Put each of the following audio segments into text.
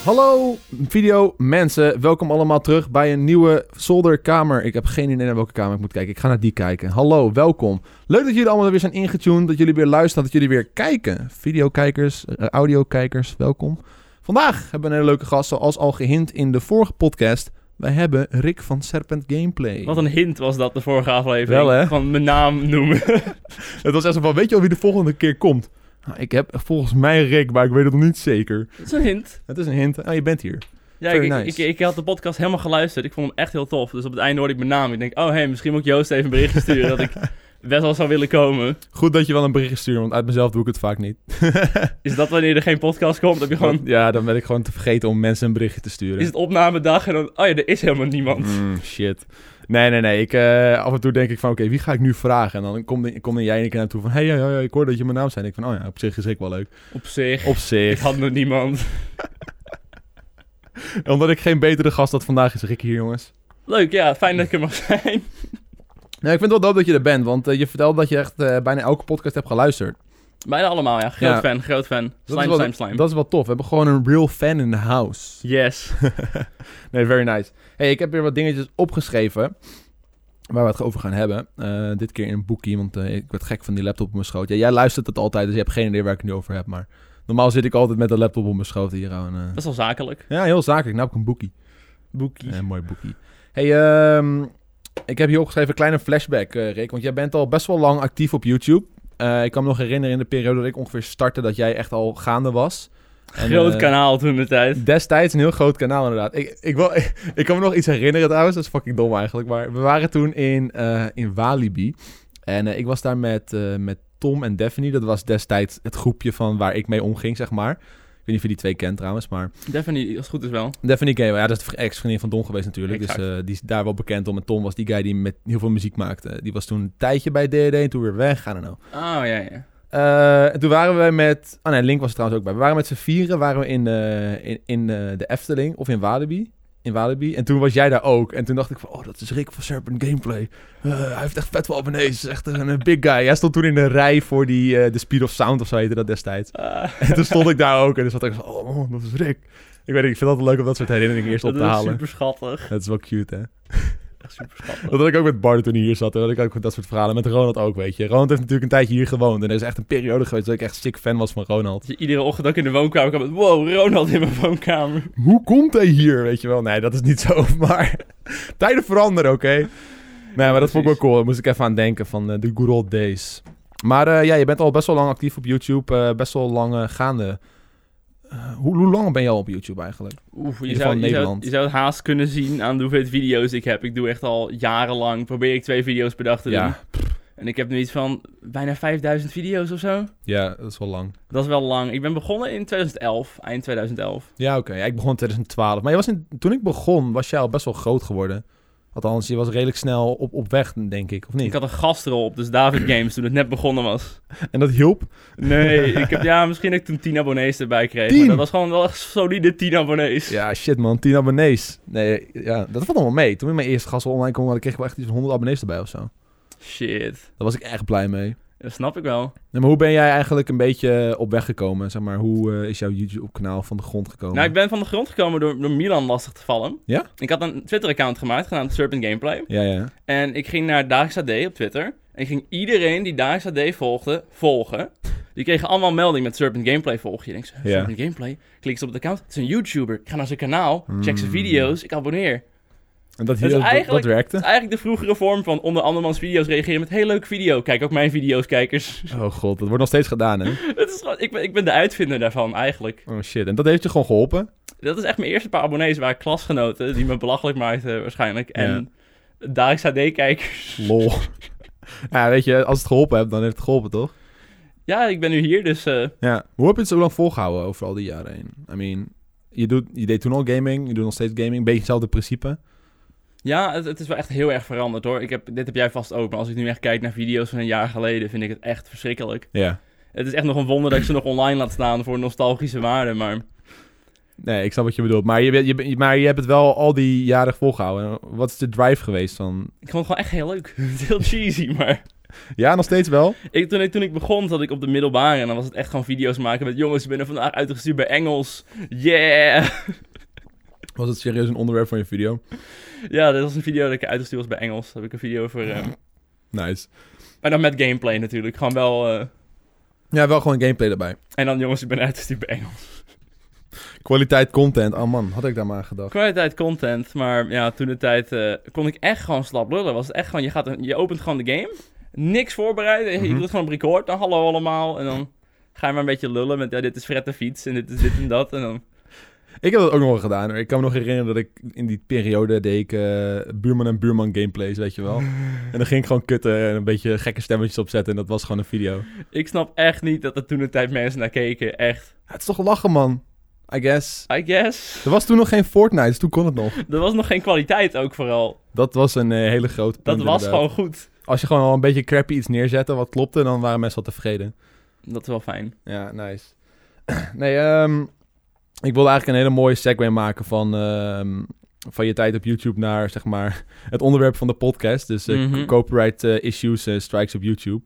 Hallo video mensen, welkom allemaal terug bij een nieuwe zolderkamer. Ik heb geen idee naar welke kamer ik moet kijken, ik ga naar die kijken. Hallo, welkom. Leuk dat jullie allemaal weer zijn ingetuned, dat jullie weer luisteren, dat jullie weer kijken. Videokijkers, audiokijkers, welkom. Vandaag hebben we een hele leuke gast, zoals al gehint in de vorige podcast. Wij hebben Rick van Serpent Gameplay. Wat een hint was dat de vorige aflevering. Wel, hè? Van mijn naam noemen. Het was echt zo van, weet je al wie de volgende keer komt? Nou, ik heb volgens mij Rick, maar ik weet het nog niet zeker. Dat is een hint. Het is een hint. Oh, je bent hier. Ja, ik had de podcast helemaal geluisterd. Ik vond hem echt heel tof. Dus op het einde hoorde ik mijn naam. Ik denk, oh hey, misschien moet ik Joost even een berichtje sturen dat ik best wel zou willen komen. Goed dat je wel een berichtje stuurt, want uit mezelf doe ik het vaak niet. Is dat wanneer er geen podcast komt? Heb je gewoon... Ja, dan ben ik gewoon te vergeten om mensen een berichtje te sturen. Is het opnamedag en dan... Oh ja, er is helemaal niemand. Shit. Nee. Af en toe denk ik van, oké, wie ga ik nu vragen? En dan kom jij een keer naartoe van, hey, ik hoor dat je mijn naam zei. En ik van, oh ja, op zich is ik wel leuk. Op zich. Ik had nog niemand. Omdat ik geen betere gast had vandaag, is Rick hier, jongens. Leuk, ja. Fijn dat ik er mag zijn. Nee, ik vind het wel dope dat je er bent, want je vertelde dat je echt bijna elke podcast hebt geluisterd. Bijna allemaal, ja. Groot fan. Slime. Dat is wel tof. We hebben gewoon een real fan in the house. Yes. Nee, very nice. Hey, ik heb weer wat dingetjes opgeschreven waar we het over gaan hebben. Dit keer in een boekje, want ik werd gek van die laptop op mijn schoot. Ja, jij luistert het altijd, dus je hebt geen idee waar ik het nu over heb. Maar normaal zit ik altijd met de laptop op mijn schoot hier. Dat is wel zakelijk. Ja, heel zakelijk. Nou heb ik een boekie. Een mooi boekie. Hey, ik heb hier opgeschreven een kleine flashback, Rick. Want jij bent al best wel lang actief op YouTube. Ik kan me nog herinneren in de periode dat ik ongeveer startte dat jij echt al gaande was. Groot kanaal toen de tijd. Destijds een heel groot kanaal inderdaad. Ik kan me nog iets herinneren trouwens. Dat is fucking dom eigenlijk. Maar we waren toen in Walibi. En ik was daar met Tom en Daphne. Dat was destijds het groepje van waar ik mee omging, zeg maar. Ik weet niet of je die twee kent trouwens, maar... Daphne, als het goed is wel. Daphne ken je wel. Ja, dat is de ex-vriendin van Don geweest natuurlijk. Exact. Dus die is daar wel bekend om. En Tom was die guy die met heel veel muziek maakte. Die was toen een tijdje bij DD en toen weer weg. I don't know. Oh, ja. En toen waren we met... Oh nee, Link was er trouwens ook bij. We waren met z'n vieren waren we in de Efteling of in Walibi. En toen was jij daar ook. En toen dacht ik van, oh, dat is Rick van Serpent Gameplay. Hij heeft echt vet veel abonnees. Echt een big guy. Hij stond toen in de rij voor de Speed of Sound of zo heette dat destijds. En toen stond ik daar ook. En toen zat ik van, oh, dat is Rick. Ik weet niet, ik vind het altijd leuk om dat soort herinneringen eerst op te halen. Dat is super schattig. Dat is wel cute, hè? Echt super schattig. Dat had ik ook met Bart toen hij hier zat. Dat had ik ook dat soort verhalen. Met Ronald ook, weet je. Ronald heeft natuurlijk een tijdje hier gewoond. En er is echt een periode geweest dat ik echt sick fan was van Ronald. Dus iedere ochtend ook in de woonkamer kwam met... Wow, Ronald in mijn woonkamer. Hoe komt hij hier, weet je wel? Nee, dat is niet zo. Maar tijden veranderen, oké? Nee, maar dat vond ik wel cool. Daar moest ik even aan denken van de good old days. Maar je bent al best wel lang actief op YouTube. Best wel lang gaande. Hoe lang ben je al op YouTube eigenlijk? Je zou het haast kunnen zien aan de hoeveelheid video's ik heb. Ik doe echt al jarenlang, probeer ik 2 video's per dag te doen. En ik heb nu iets van bijna 5000 video's of zo. Ja, dat is wel lang. Dat is wel lang. Ik ben begonnen in 2011, eind 2011. Ja, oké. Ja, ik begon in 2012. Maar toen ik begon, was jij al best wel groot geworden. Althans, je was redelijk snel op weg, denk ik, of niet? Ik had een gastrol op dus David Games toen het net begonnen was. En dat hielp? Nee, misschien dat ik toen 10 abonnees erbij kreeg. 10? Maar dat was gewoon wel echt solide 10 abonnees. Ja, shit man, 10 abonnees. Nee, ja, dat valt allemaal mee. Toen ik mijn eerste gastrol online kwam, kreeg ik wel echt iets van 100 abonnees erbij of zo. Shit. Daar was ik echt blij mee. Dat snap ik wel. Nee, maar hoe ben jij eigenlijk een beetje op weg gekomen? Zeg maar, hoe is jouw YouTube-kanaal van de grond gekomen? Nou, ik ben van de grond gekomen door Milan lastig te vallen. Ja? Ik had een Twitter-account gemaakt, genaamd Serpent Gameplay. Ja. En ik ging naar Dagelijks AD op Twitter. En ik ging iedereen die Dagelijks AD volgde, volgen. Die kregen allemaal melding met Serpent Gameplay volg je. Ik denk, Serpent Gameplay? Klik eens op het account. Het is een YouTuber. Ik ga naar zijn kanaal, check zijn video's, ik abonneer. En dat werkte? Dat is eigenlijk de vroegere vorm van onder andermans video's reageren met... Hey, leuke video. Kijk ook mijn video's, kijkers. Oh god, dat wordt nog steeds gedaan, hè? Het is gewoon, ik ben de uitvinder daarvan, eigenlijk. Oh shit, en dat heeft je gewoon geholpen? Dat is echt mijn eerste paar abonnees, waren klasgenoten... die me belachelijk maakten waarschijnlijk. En Dagelijks AD-kijkers. Lol. Ja, weet je, als het geholpen hebt, dan heeft het geholpen, toch? Ja, ik ben nu hier, dus... Ja, hoe heb je het zo lang volgehouden over al die jaren heen? I mean, je deed toen al gaming, je doet nog steeds gaming. Een beetje hetzelfde principe. Ja, het is wel echt heel erg veranderd, hoor. Dit heb jij vast ook, maar als ik nu echt kijk naar video's van een jaar geleden... vind ik het echt verschrikkelijk. Ja. Het is echt nog een wonder dat ik ze nog online laat staan voor nostalgische waarde, maar... Nee, ik snap wat je bedoelt. Maar je hebt het wel al die jaren volgehouden. Wat is de drive geweest van... Ik vond het gewoon echt heel leuk. Het is heel cheesy, maar... Ja, nog steeds wel? Toen ik begon, zat ik op de middelbare en dan was het echt gewoon video's maken met jongens, ik ben er vandaag uitgestuurd bij Engels. Yeah! Was het serieus een onderwerp van je video? Ja, dit was een video dat ik uitgestuurd was bij Engels. Daar heb ik een video over... Nice. Maar dan met gameplay natuurlijk. Gewoon wel... Ja, wel gewoon gameplay erbij. En dan jongens, ik ben uitgestuurd bij Engels. Kwaliteit content. Oh man, had ik daar maar aan gedacht. Kwaliteit content, maar ja, toen de tijd kon ik echt gewoon slap lullen. Was het echt gewoon, je opent gewoon de game, niks voorbereid, je doet gewoon op record, dan hallo allemaal. En dan ga je maar een beetje lullen met, ja, dit is Fred de Fiets en dit is dit en dat. En dan... Ik heb dat ook nog wel gedaan. Ik kan me nog herinneren dat ik in die periode deed ik buurman en buurman gameplays, weet je wel. En dan ging ik gewoon kutten en een beetje gekke stemmetjes opzetten en dat was gewoon een video. Ik snap echt niet dat er toen de tijd mensen naar keken, echt. Ja, het is toch lachen, man. I guess. Er was toen nog geen Fortnite, dus toen kon het nog. Er was nog geen kwaliteit ook vooral. Dat was een hele grote punt. Dat was gewoon goed. Als je gewoon al een beetje crappy iets neerzette wat klopte, dan waren mensen wel tevreden. Dat is wel fijn. Ja, nice. Nee, ik wilde eigenlijk een hele mooie segue maken van je tijd op YouTube naar, zeg maar, het onderwerp van de podcast. Dus copyright issues, strikes op YouTube.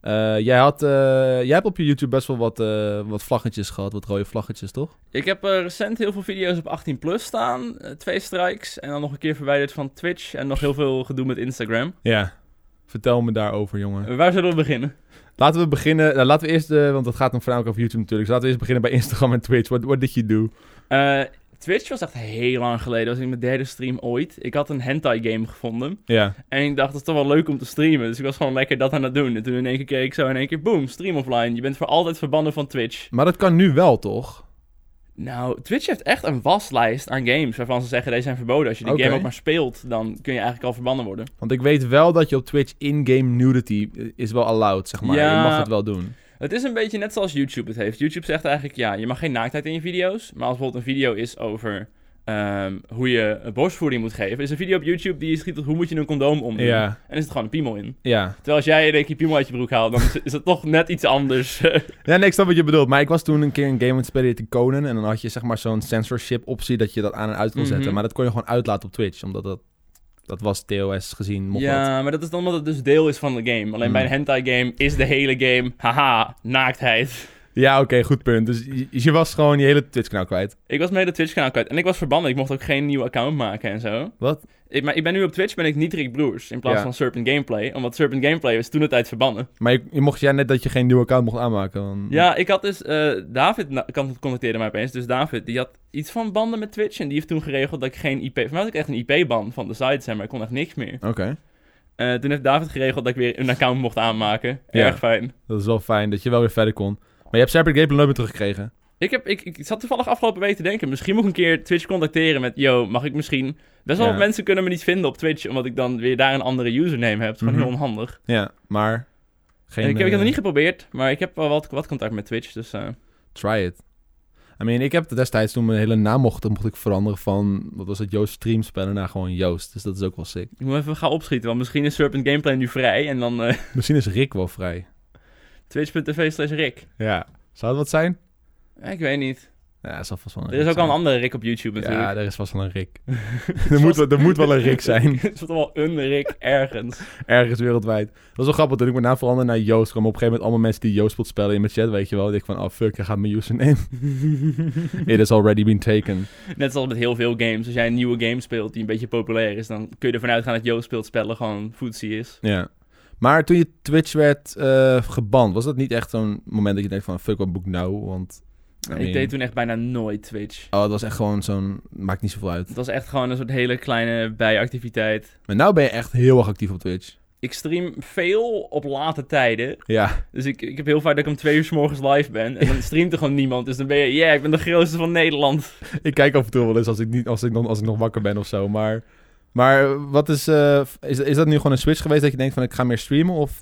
Jij hebt op je YouTube best wel wat vlaggetjes gehad, wat rode vlaggetjes, toch? Ik heb recent heel veel video's op 18 plus staan, 2 strikes en dan nog een keer verwijderd van Twitch en nog heel veel gedoe met Instagram. Ja, vertel me daarover, jongen. Waar zullen we beginnen? Laten we beginnen, laten we eerst, want dat gaat dan voornamelijk over YouTube natuurlijk, dus laten we eerst beginnen bij Instagram en Twitch. What did you do? Twitch was echt heel lang geleden. Dat was in mijn derde stream ooit. Ik had een hentai game gevonden. Ja. En ik dacht, dat is toch wel leuk om te streamen. Dus ik was gewoon lekker dat aan het doen. En toen in één keer keek ik zo in één keer, boom, stream offline. Je bent voor altijd verbannen van Twitch. Maar dat kan nu wel, toch? Nou, Twitch heeft echt een waslijst aan games waarvan ze zeggen, deze zijn verboden. Als je die game ook maar speelt, dan kun je eigenlijk al verbannen worden. Want ik weet wel dat je op Twitch in-game nudity is wel allowed, zeg maar. Ja. Je mag het wel doen. Het is een beetje net zoals YouTube het heeft. YouTube zegt eigenlijk, ja, je mag geen naaktheid in je video's. Maar als bijvoorbeeld een video is over hoe je borstvoeding moet geven, is een video op YouTube die je schiet tot hoe moet je een condoom omdoen. Ja. En is het gewoon een piemel in. Ja. Terwijl als jij in één keer piemel uit je broek haalt, dan is het toch net iets anders. Ja, nee, ik snap wat je bedoelt. Maar ik was toen een keer een game aan het spelen te Conan. En dan had je zeg maar zo'n censorship optie dat je dat aan en uit kon zetten. Maar dat kon je gewoon uitlaten op Twitch, omdat dat was TOS gezien, mocht ja, maar dat is dan omdat het dus deel is van de game. Alleen bij een hentai game is de hele game, haha, naaktheid. Ja, oké, goed punt. Dus je was gewoon je hele Twitch-kanaal kwijt. Ik was mijn hele Twitch-kanaal kwijt. En ik was verbannen. Ik mocht ook geen nieuw account maken en zo. Wat? Maar ik ben nu op Twitch ben ik niet Rick Broers in plaats van Serpent Gameplay. Omdat Serpent Gameplay was toen de tijd verbannen. Maar je mocht jij net dat je geen nieuw account mocht aanmaken? Dan... Ja, ik had dus... David contacteerde mij opeens. Dus David, die had iets van banden met Twitch. En die heeft toen geregeld dat ik geen IP... Voor mij had ik echt een IP-ban van de site, zeg maar. Ik kon echt niks meer. Oké. Toen heeft David geregeld dat ik weer een account mocht aanmaken. Erg fijn. Dat is wel fijn, dat je wel weer verder kon. Maar je hebt Serpent Gameplay nooit meer teruggekregen? Ik zat toevallig afgelopen week te denken, misschien moet ik een keer Twitch contacteren met, yo, mag ik misschien... Best wel wat mensen kunnen me niet vinden op Twitch, omdat ik dan weer daar een andere username heb. Het is gewoon heel onhandig. Ja, maar... Ik heb het nog niet geprobeerd, maar ik heb wel wat contact met Twitch, dus... Try it. I mean, ik heb destijds toen mijn hele naam mocht ik veranderen van, wat was het, Joost Streamspellen naar gewoon Joost. Dus dat is ook wel sick. Ik moet even gaan opschieten, want misschien is Serpent Gameplay nu vrij en dan... Misschien is Rick wel vrij. Twitch.tv/Rick. Ja, zou het wat zijn? Ik weet niet. Ja, dat zal vast wel een Er is ook al een andere Rick op YouTube natuurlijk. Ja, er is vast wel een Rick. er moet wel een Rick zijn. Er is wel een Rick ergens. Ergens wereldwijd. Dat was wel grappig, toen ik mijn naam veranderde naar Joost, kwam op een gegeven moment allemaal mensen die Joost speelt spellen in mijn chat, weet je wel. Ik dacht van, oh fuck, daar gaat mijn username. It has already been taken. Net zoals met heel veel games. Als jij een nieuwe game speelt die een beetje populair is, dan kun je ervan uitgaan dat Joost speelt spellen gewoon footsie is. Ja. Maar toen je Twitch werd geband, was dat niet echt zo'n moment dat je denkt van, fuck, wat boek nou? Want... Ik deed toen echt bijna nooit Twitch. Oh, het was echt gewoon zo'n... Maakt niet zoveel uit. Het was echt gewoon een soort hele kleine bijactiviteit. Maar nou ben je echt heel erg actief op Twitch. Ik stream veel op late tijden. Ja. Dus ik heb heel vaak dat ik om 2 uur 's morgens live ben. En dan streamt er gewoon niemand. Dus dan ben je... ik ben de grootste van Nederland. Ik kijk af en toe wel eens als ik nog wakker ben of zo. Maar wat is dat nu gewoon een switch geweest dat je denkt van ik ga meer streamen of...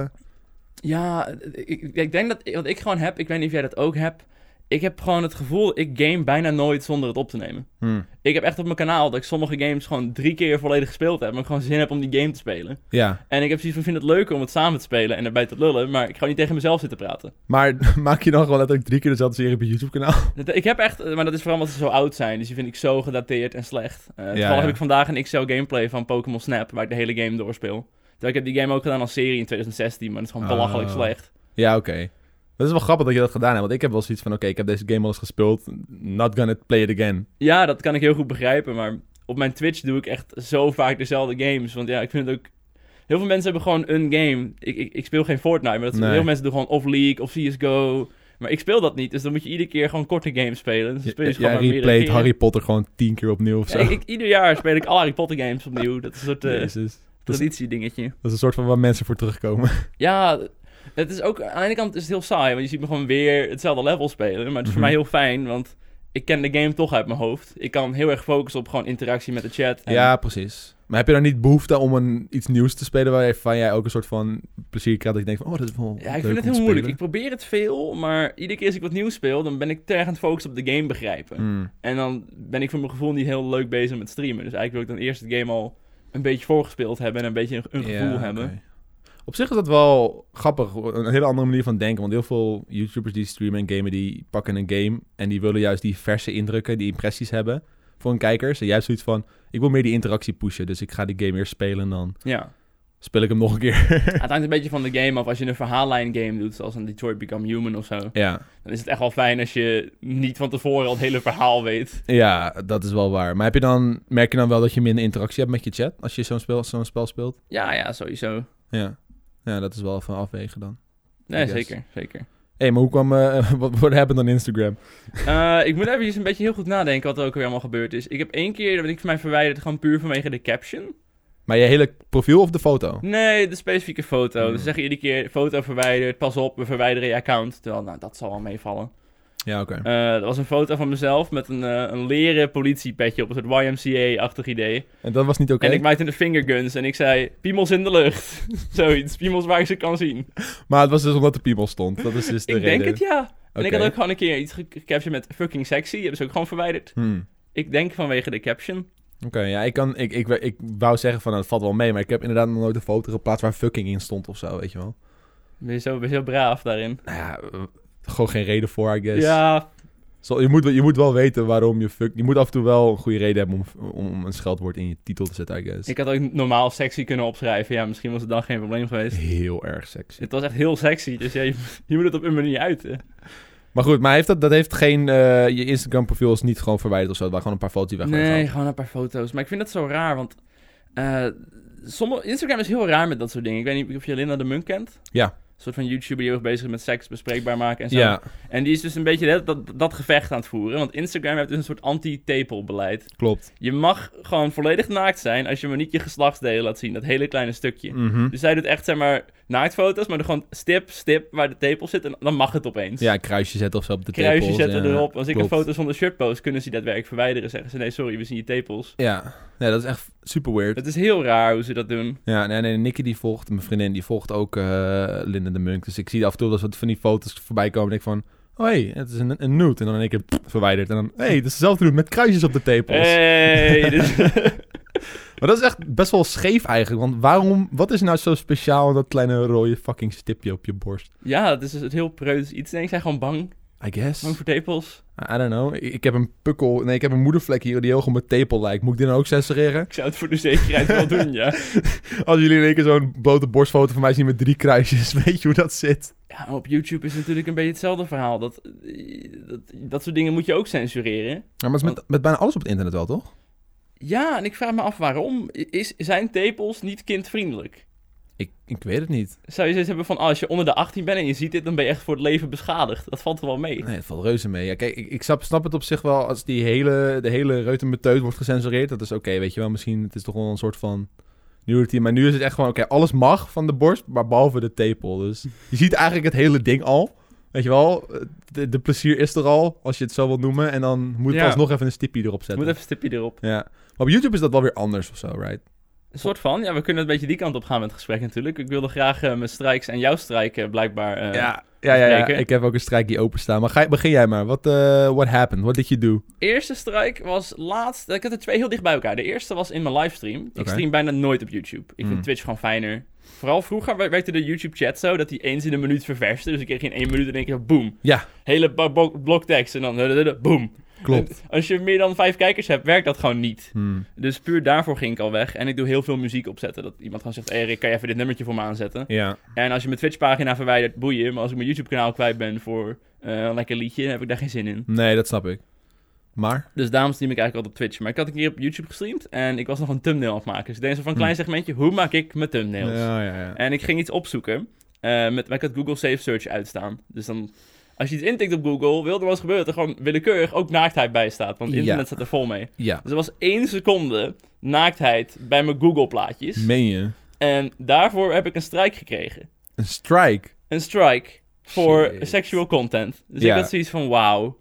Ja, ik denk dat... Wat ik gewoon heb... Ik weet niet of jij dat ook hebt... Ik heb gewoon het gevoel, ik game bijna nooit zonder het op te nemen. Ik heb echt op mijn kanaal dat ik sommige games gewoon 3 keer volledig gespeeld heb. Maar ik gewoon zin heb om die game te spelen. Ja. En ik heb zoiets van, vind het leuker om het samen te spelen en erbij te lullen. Maar ik ga niet tegen mezelf zitten praten. Maar maak je dan gewoon letterlijk 3 keer dezelfde serie op je YouTube kanaal? Ik heb echt, maar dat is vooral omdat ze zo oud zijn. Dus die vind ik zo gedateerd en slecht. Toevallig heb ik vandaag een XL gameplay van Pokémon Snap, waar ik de hele game doorspeel. Terwijl ik heb die game ook gedaan als serie in 2016, maar dat is gewoon belachelijk slecht. Ja, oké. Dat is wel grappig dat je dat gedaan hebt, want ik heb wel zoiets van, oké, ik heb deze game al eens gespeeld, not gonna play it again. Ja, dat kan ik heel goed begrijpen, maar op mijn Twitch doe ik echt zo vaak dezelfde games, want ja, ik vind het ook... Heel veel mensen hebben gewoon een game. Ik speel geen Fortnite, maar heel veel mensen doen gewoon of League of CSGO. Maar ik speel dat niet, dus dan moet je iedere keer gewoon korte games spelen. Dus dan speel je gewoon maar replayt Harry Potter gewoon 10 keer opnieuw of zo. Ja, ieder jaar speel ik alle Harry Potter games opnieuw. Dat is een soort traditiedingetje. Dat is een soort van waar mensen voor terugkomen. Ja, het is ook... Aan de ene kant is het heel saai, want je ziet me gewoon weer hetzelfde level spelen. Maar het is voor mij heel fijn, want ik ken de game toch uit mijn hoofd. Ik kan heel erg focussen op gewoon interactie met de chat. Ja, precies. Maar heb je dan niet behoefte om iets nieuws te spelen waar jij ook een soort van plezier krijgt dat je denkt van, dat is wel Ja, ik vind het heel moeilijk. Ik probeer het veel, maar iedere keer als ik wat nieuws speel, dan ben ik te erg aan het focussen op de game begrijpen. En dan ben ik voor mijn gevoel niet heel leuk bezig met streamen. Dus eigenlijk wil ik dan eerst het game al een beetje voorgespeeld hebben en een beetje een gevoel hebben. Op zich is dat wel grappig, een hele andere manier van denken. Want heel veel YouTubers die streamen en gamen, die pakken een game en die willen juist die verse indrukken, die impressies hebben voor hun kijkers. En juist zoiets van, ik wil meer die interactie pushen, dus ik ga die game eerst spelen en dan speel ik hem nog een keer. Het hangt een beetje van de game af. Als je een verhaallijn game doet, zoals een Detroit Become Human of zo, dan is het echt wel fijn als je niet van tevoren al het hele verhaal weet. Ja, dat is wel waar. Maar merk je dan wel dat je minder interactie hebt met je chat als je zo'n spel speelt? Ja, sowieso. Ja, dat is wel van afwegen dan. Nee, zeker. Maar hoe kwam... wat happened on Instagram? Ik moet even een beetje heel goed nadenken wat er ook weer allemaal gebeurd is. Ik heb 1 keer, dat ben ik van mij verwijderd, gewoon puur vanwege de caption. Maar je hele profiel of de foto? Nee, de specifieke foto. Dus zeg je iedere keer, foto verwijderd, pas op, we verwijderen je account. Terwijl, dat zal wel meevallen. Ja, oké. Dat was een foto van mezelf met een leren politiepetje op, een soort YMCA-achtig idee. En dat was niet oké? En ik maakte de fingerguns en ik zei, piemels in de lucht. Zoiets, piemels waar ik ze kan zien. Maar het was dus omdat de piemel stond, dat is dus de reden. Ik denk het, ja. En ik had ook gewoon een keer iets gecaptured met fucking sexy, hebben ze ook gewoon verwijderd. Ik denk vanwege de caption. Oké, ja, ik wou zeggen van, het valt wel mee, maar ik heb inderdaad nog nooit een foto geplaatst waar fucking in stond of zo, weet je wel. Ben je zo braaf daarin? Nou ja, gewoon geen reden voor, I guess. Ja. Je moet wel weten waarom je moet af en toe wel een goede reden hebben om een scheldwoord in je titel te zetten, I guess. Ik had ook normaal sexy kunnen opschrijven. Ja, misschien was het dan geen probleem geweest. Heel erg sexy. Het was echt heel sexy, dus ja, je moet het op een manier uiten. Maar goed, maar dat heeft geen... je Instagram profiel is niet gewoon verwijderd of zo. Het waren gewoon een paar foto's weg. Nee, gewoon een paar foto's. Maar ik vind dat zo raar, want... Instagram is heel raar met dat soort dingen. Ik weet niet of je Linda de Munk kent. Ja. Een soort van YouTuber die heel erg bezig is met seks bespreekbaar maken en zo. Ja. En die is dus een beetje dat gevecht aan het voeren. Want Instagram heeft dus een soort anti-tepel-beleid. Klopt. Je mag gewoon volledig naakt zijn als je maar niet je geslachtsdelen laat zien. Dat hele kleine stukje. Mm-hmm. Dus zij doet echt, zeg maar, naaktfoto's, maar dan gewoon stip waar de tepel zit. En dan mag het opeens. Ja, kruisje zetten of zo op de tepels. Kruisje zetten erop. Als ik een foto zonder shirt post, kunnen ze die daadwerkelijk verwijderen. Zeggen ze, nee, sorry, we zien je tepels. Ja, dat is echt super weird. Het is heel raar hoe ze dat doen. Ja, nee, Nicky die volgt, mijn vriendin, die volgt ook Linda de Munk. Dus ik zie af en toe dat wat van die foto's voorbij komen. En ik van, oh hé, het is een nude. En dan in één keer verwijderd. En dan, hé, het is dezelfde nude met kruisjes op de tepels. Hey, maar dat is echt best wel scheef eigenlijk. Want wat is nou zo speciaal aan dat kleine rode fucking stipje op je borst? Ja, dat is dus het heel preus iets. Denk ik, zijn gewoon bang. I guess. Bang voor tepels. I don't know. Ik heb een pukkel... Nee, ik heb een moedervlek hier die heel goed op mijn tepel lijkt. Moet ik die dan ook censureren? Ik zou het voor de zekerheid wel doen, ja. Als jullie in één keer zo'n blote borstfoto van mij zien met 3 kruisjes, weet je hoe dat zit? Ja, maar op YouTube is het natuurlijk een beetje hetzelfde verhaal. Dat soort dingen moet je ook censureren. Ja, maar het is met bijna alles op het internet wel, toch? Ja, en ik vraag me af waarom. Zijn tepels niet kindvriendelijk? Ik weet het niet. Zou je zoiets hebben van, als je onder de 18 bent en je ziet dit, dan ben je echt voor het leven beschadigd. Dat valt er wel mee. Nee, het valt reuze mee. Ja, kijk, ik snap het op zich wel als de hele reutemeteut wordt gecensureerd. Dat is oké, weet je wel. Misschien, het is toch wel een soort van nudity. Maar nu is het echt gewoon, oké, alles mag van de borst, maar behalve de tepel. Dus je ziet eigenlijk het hele ding al. Weet je wel, de plezier is er al, als je het zo wilt noemen. En dan moet je alsnog even een stipje erop zetten. Moet even een stipje erop. Ja. Maar op YouTube is dat wel weer anders of zo, right? Een soort van. Ja, we kunnen een beetje die kant op gaan met het gesprek natuurlijk. Ik wilde graag mijn strijks en jouw strijk blijkbaar Ja. Ik heb ook een strijkje openstaan. Maar begin jij maar. What happened? What did you do? Eerste strijk was laatst... Ik had er 2 heel dicht bij elkaar. De eerste was in mijn livestream. Ik stream bijna nooit op YouTube. Ik vind Twitch gewoon fijner. Vooral vroeger werkte de YouTube-chat zo dat hij eens in een minuut ververste. Dus ik kreeg in 1 minuut in één keer boom. Ja. Hele blok tekst en dan boom. Klopt. Als je meer dan 5 kijkers hebt, werkt dat gewoon niet. Dus puur daarvoor ging ik al weg. En ik doe heel veel muziek opzetten. Dat iemand gewoon zegt, Rick, kan je even dit nummertje voor me aanzetten? Ja. En als je mijn Twitch-pagina verwijdert, boeien. Maar als ik mijn YouTube-kanaal kwijt ben voor een lekker liedje, dan heb ik daar geen zin in. Nee, dat snap ik. Maar? Dus daarom stream ik eigenlijk altijd op Twitch. Maar ik had een keer op YouTube gestreamd en ik was nog een thumbnail aan het maken. Dus ik deed zo van een klein segmentje, hoe maak ik mijn thumbnails? Ja. En ik ging iets opzoeken. Maar ik had Google Safe Search uitstaan. Dus dan, als je iets intikt op Google, wil er wel eens gebeuren dat er gewoon willekeurig ook naaktheid bij staat. Want het internet staat er vol mee. Ja. Dus er was 1 seconde naaktheid bij mijn Google plaatjes. Meen je? En daarvoor heb ik een strike gekregen. Een strike? Een strike voor Shit. sexual content. Dus Ja. ik had zoiets van, wauw.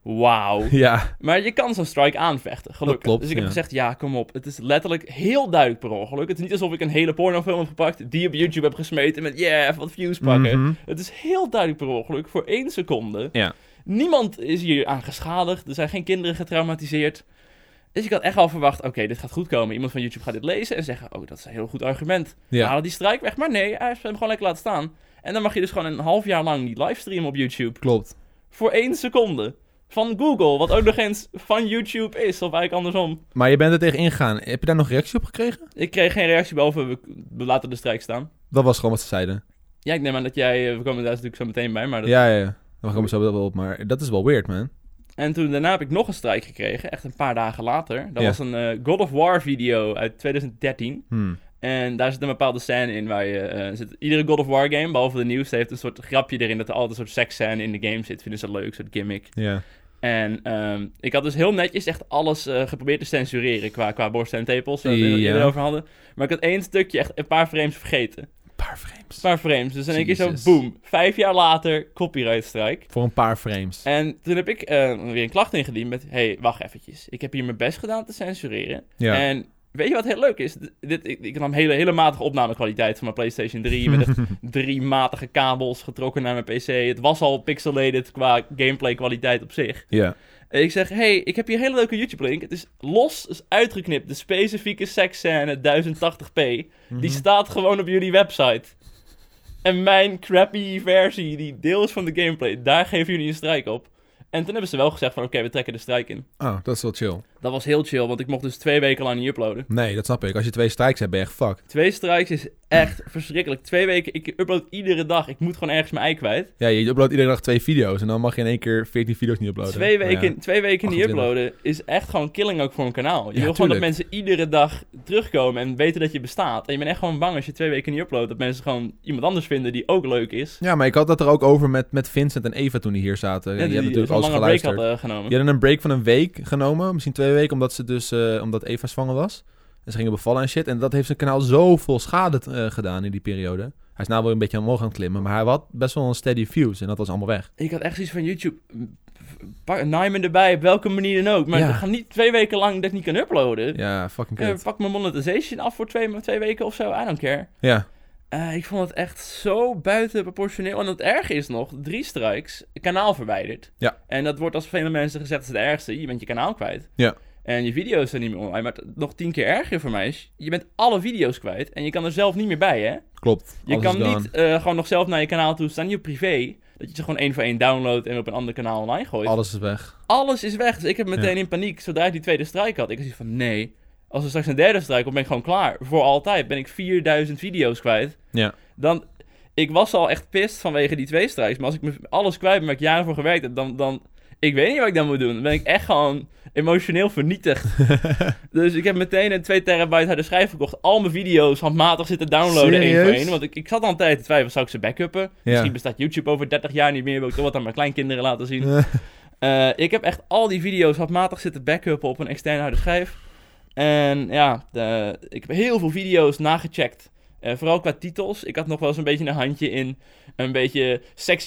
Ja. Maar je kan zo'n strike aanvechten, gelukkig. Dat klopt, dus ik heb ja. gezegd, ja, kom op. Het is letterlijk heel duidelijk per ongeluk. Het is niet alsof ik een hele pornofilm heb gepakt, die op YouTube heb gesmeten met, even wat views pakken. Mhm. Het is heel duidelijk per ongeluk, voor 1 seconde. Ja. Niemand is hier aan geschadigd, er zijn geen kinderen getraumatiseerd. Dus ik had echt al verwacht, oké, dit gaat goed komen. Iemand van YouTube gaat dit lezen en zeggen, oh, dat is een heel goed argument. We Ja. halen die strike weg. Maar nee, hij heeft hem gewoon lekker laten staan. En dan mag je dus gewoon een half jaar lang niet livestreamen op YouTube. Klopt. Voor 1 seconde. Van Google, wat ook nog eens van YouTube is, of eigenlijk andersom. Maar je bent er tegen ingegaan. Heb je daar nog reactie op gekregen? Ik kreeg geen reactie behalve, we laten de strijk staan. Dat was gewoon wat ze zeiden. Ja, ik neem aan dat jij, we komen daar natuurlijk zo meteen bij, maar dat... Ja. We komen zo wel op, maar dat is wel weird, man. En toen daarna heb ik nog een strijk gekregen, echt een paar dagen later. Dat Ja. was een God of War video uit 2013. En daar zit een bepaalde scène in waar je... iedere God of War game, behalve de nieuwste, heeft een soort grapje erin dat er altijd een soort seksscène in de game zit. Vinden ze leuk, een soort gimmick. Ja. En ik had dus heel netjes echt alles geprobeerd te censureren qua borsten en tepels, waar we het Ja. eerder over hadden. Maar ik had 1 stukje echt een paar frames vergeten. Een paar frames. Een paar frames. Dus in één keer zo, Jesus. boom. 5 jaar later, copyright strike. Voor een paar frames. En toen heb ik weer een klacht ingediend met... Hey, wacht eventjes. Ik heb hier mijn best gedaan te censureren. Ja. En weet je wat heel leuk is? Ik nam hele matige opnamekwaliteit van mijn PlayStation 3... met echt 3 matige kabels getrokken naar mijn PC. Het was al pixelated qua gameplay kwaliteit op zich. Ja. En ik zeg, hey, ik heb hier een hele leuke YouTube-link. Het is los, is uitgeknipt. De specifieke seksscène 1080p. Die staat gewoon op jullie website. En mijn crappy versie, die deel is van de gameplay, daar geven jullie een strike op. En toen hebben ze wel gezegd van, oké, we trekken de strike in. Oh, dat is wel chill. Dat was heel chill, want ik mocht dus 2 weken lang niet uploaden. Nee, dat snap ik. Als je 2 strikes hebt, ben je echt fucked. 2 strikes is echt verschrikkelijk. 2 weken, ik upload iedere dag. Ik moet gewoon ergens mijn ei kwijt. Ja, je uploadt iedere dag 2 video's en dan mag je in één keer 14 video's niet uploaden. 2 weken, Maar ja. 2 weken niet 28. uploaden is echt gewoon killing ook voor een kanaal. Je Ja, wil gewoon dat tuurlijk. mensen iedere dag terugkomen en weten dat je bestaat. En je bent echt gewoon bang als je 2 weken niet uploadt, dat mensen gewoon iemand anders vinden die ook leuk is. Ja, maar ik had dat er ook over met Vincent en Eva toen die hier zaten. Ja, Die hebben natuurlijk een alles lange break geluisterd. had genomen. Die hadden een break van een week genomen, misschien 2 weken, omdat ze dus omdat Eva zwanger was. En ze gingen bevallen en shit. En dat heeft zijn kanaal zoveel schade gedaan in die periode. Hij is nou weer een beetje omhoog aan het klimmen, maar hij had best wel een steady views en dat was allemaal weg. Ik had echt zoiets van YouTube, naai me erbij, op welke manier dan ook. Maar Ja. we gaan niet 2 weken lang dat ik niet kan uploaden. Ja, fucking kut. Pak mijn monetization af voor 2 weken of zo, I don't care. Ja, Ik vond het echt zo buiten proportioneel. En het erge is nog, 3 strikes, kanaal verwijderd. Ja. En dat wordt als vele mensen gezegd, dat is het ergste. Je bent je kanaal kwijt. Ja. En je video's zijn niet meer online. Maar het nog 10 keer erger voor mij is, je bent alle video's kwijt. En je kan er zelf niet meer bij, hè? klopt. Je Alles kan is gone. niet gewoon nog zelf naar je kanaal toe staan, niet op privé. Dat je ze gewoon 1 voor 1 downloadt en op een ander kanaal online gooit. Alles is weg. Alles is weg. Dus ik heb meteen in paniek, zodra ik die tweede strike had. Ik was van, nee, als er straks een derde strike komt, ben ik gewoon klaar. Voor altijd ben ik 4000 video's kwijt. Ja. Dan, ik was al echt pissed vanwege die 2 strikes. Maar als ik alles kwijt ben waar ik jaren voor gewerkt heb, dan ik weet niet wat ik dan moet doen. Dan ben ik echt gewoon emotioneel vernietigd. Dus ik heb meteen een 2 terabyte harde schijf gekocht. Al mijn video's handmatig zitten downloaden 1 voor Serieus? 1. Want ik zat al een tijd te twijfelen, zou ik ze backuppen? Misschien bestaat YouTube over 30 jaar niet meer. Wil ik toch wat aan mijn kleinkinderen laten zien? Ik heb echt al die video's handmatig zitten backuppen op een externe harde schijf. En ja, ik heb heel veel video's nagecheckt. Vooral qua titels. Ik had nog wel eens een beetje een handje in een beetje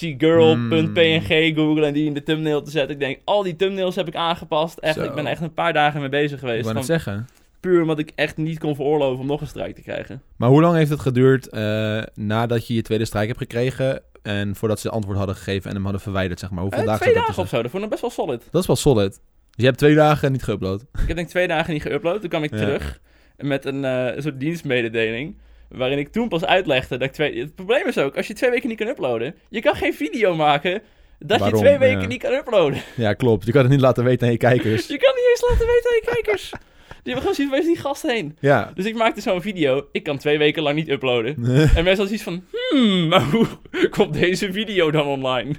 sexygirl.png googlen en die in de thumbnail te zetten. Ik denk, al die thumbnails heb ik aangepast. Echt, Zo. ik ben echt een paar dagen mee bezig Ik geweest. wou net Van, zeggen. puur omdat ik echt niet kon veroorloven om nog een strike te krijgen. Maar hoe lang heeft het geduurd nadat je je tweede strike hebt gekregen en voordat ze antwoord hadden gegeven en hem hadden verwijderd, zeg maar? Hoeveel dagen 2 zat dagen dat of zo, dat vond ik best wel solid. Dat is wel solid. Dus je hebt 2 dagen niet geüpload. Ik heb denk 2 dagen niet geüpload. Toen kwam ik Ja. terug met een soort dienstmededeling. Waarin ik toen pas uitlegde dat het probleem is ook, als je 2 weken niet kan uploaden, je kan geen video maken dat Waarom? je 2 weken niet kan uploaden. Ja, klopt. Je kan het niet laten weten aan je kijkers. Je kan niet eens laten weten aan je kijkers. Die hebben gewoon zoiets, waar is die gast heen? Ja. Dus ik maakte zo'n video, ik kan 2 weken lang niet uploaden. En mensen hadden zoiets van, maar hoe komt deze video dan online?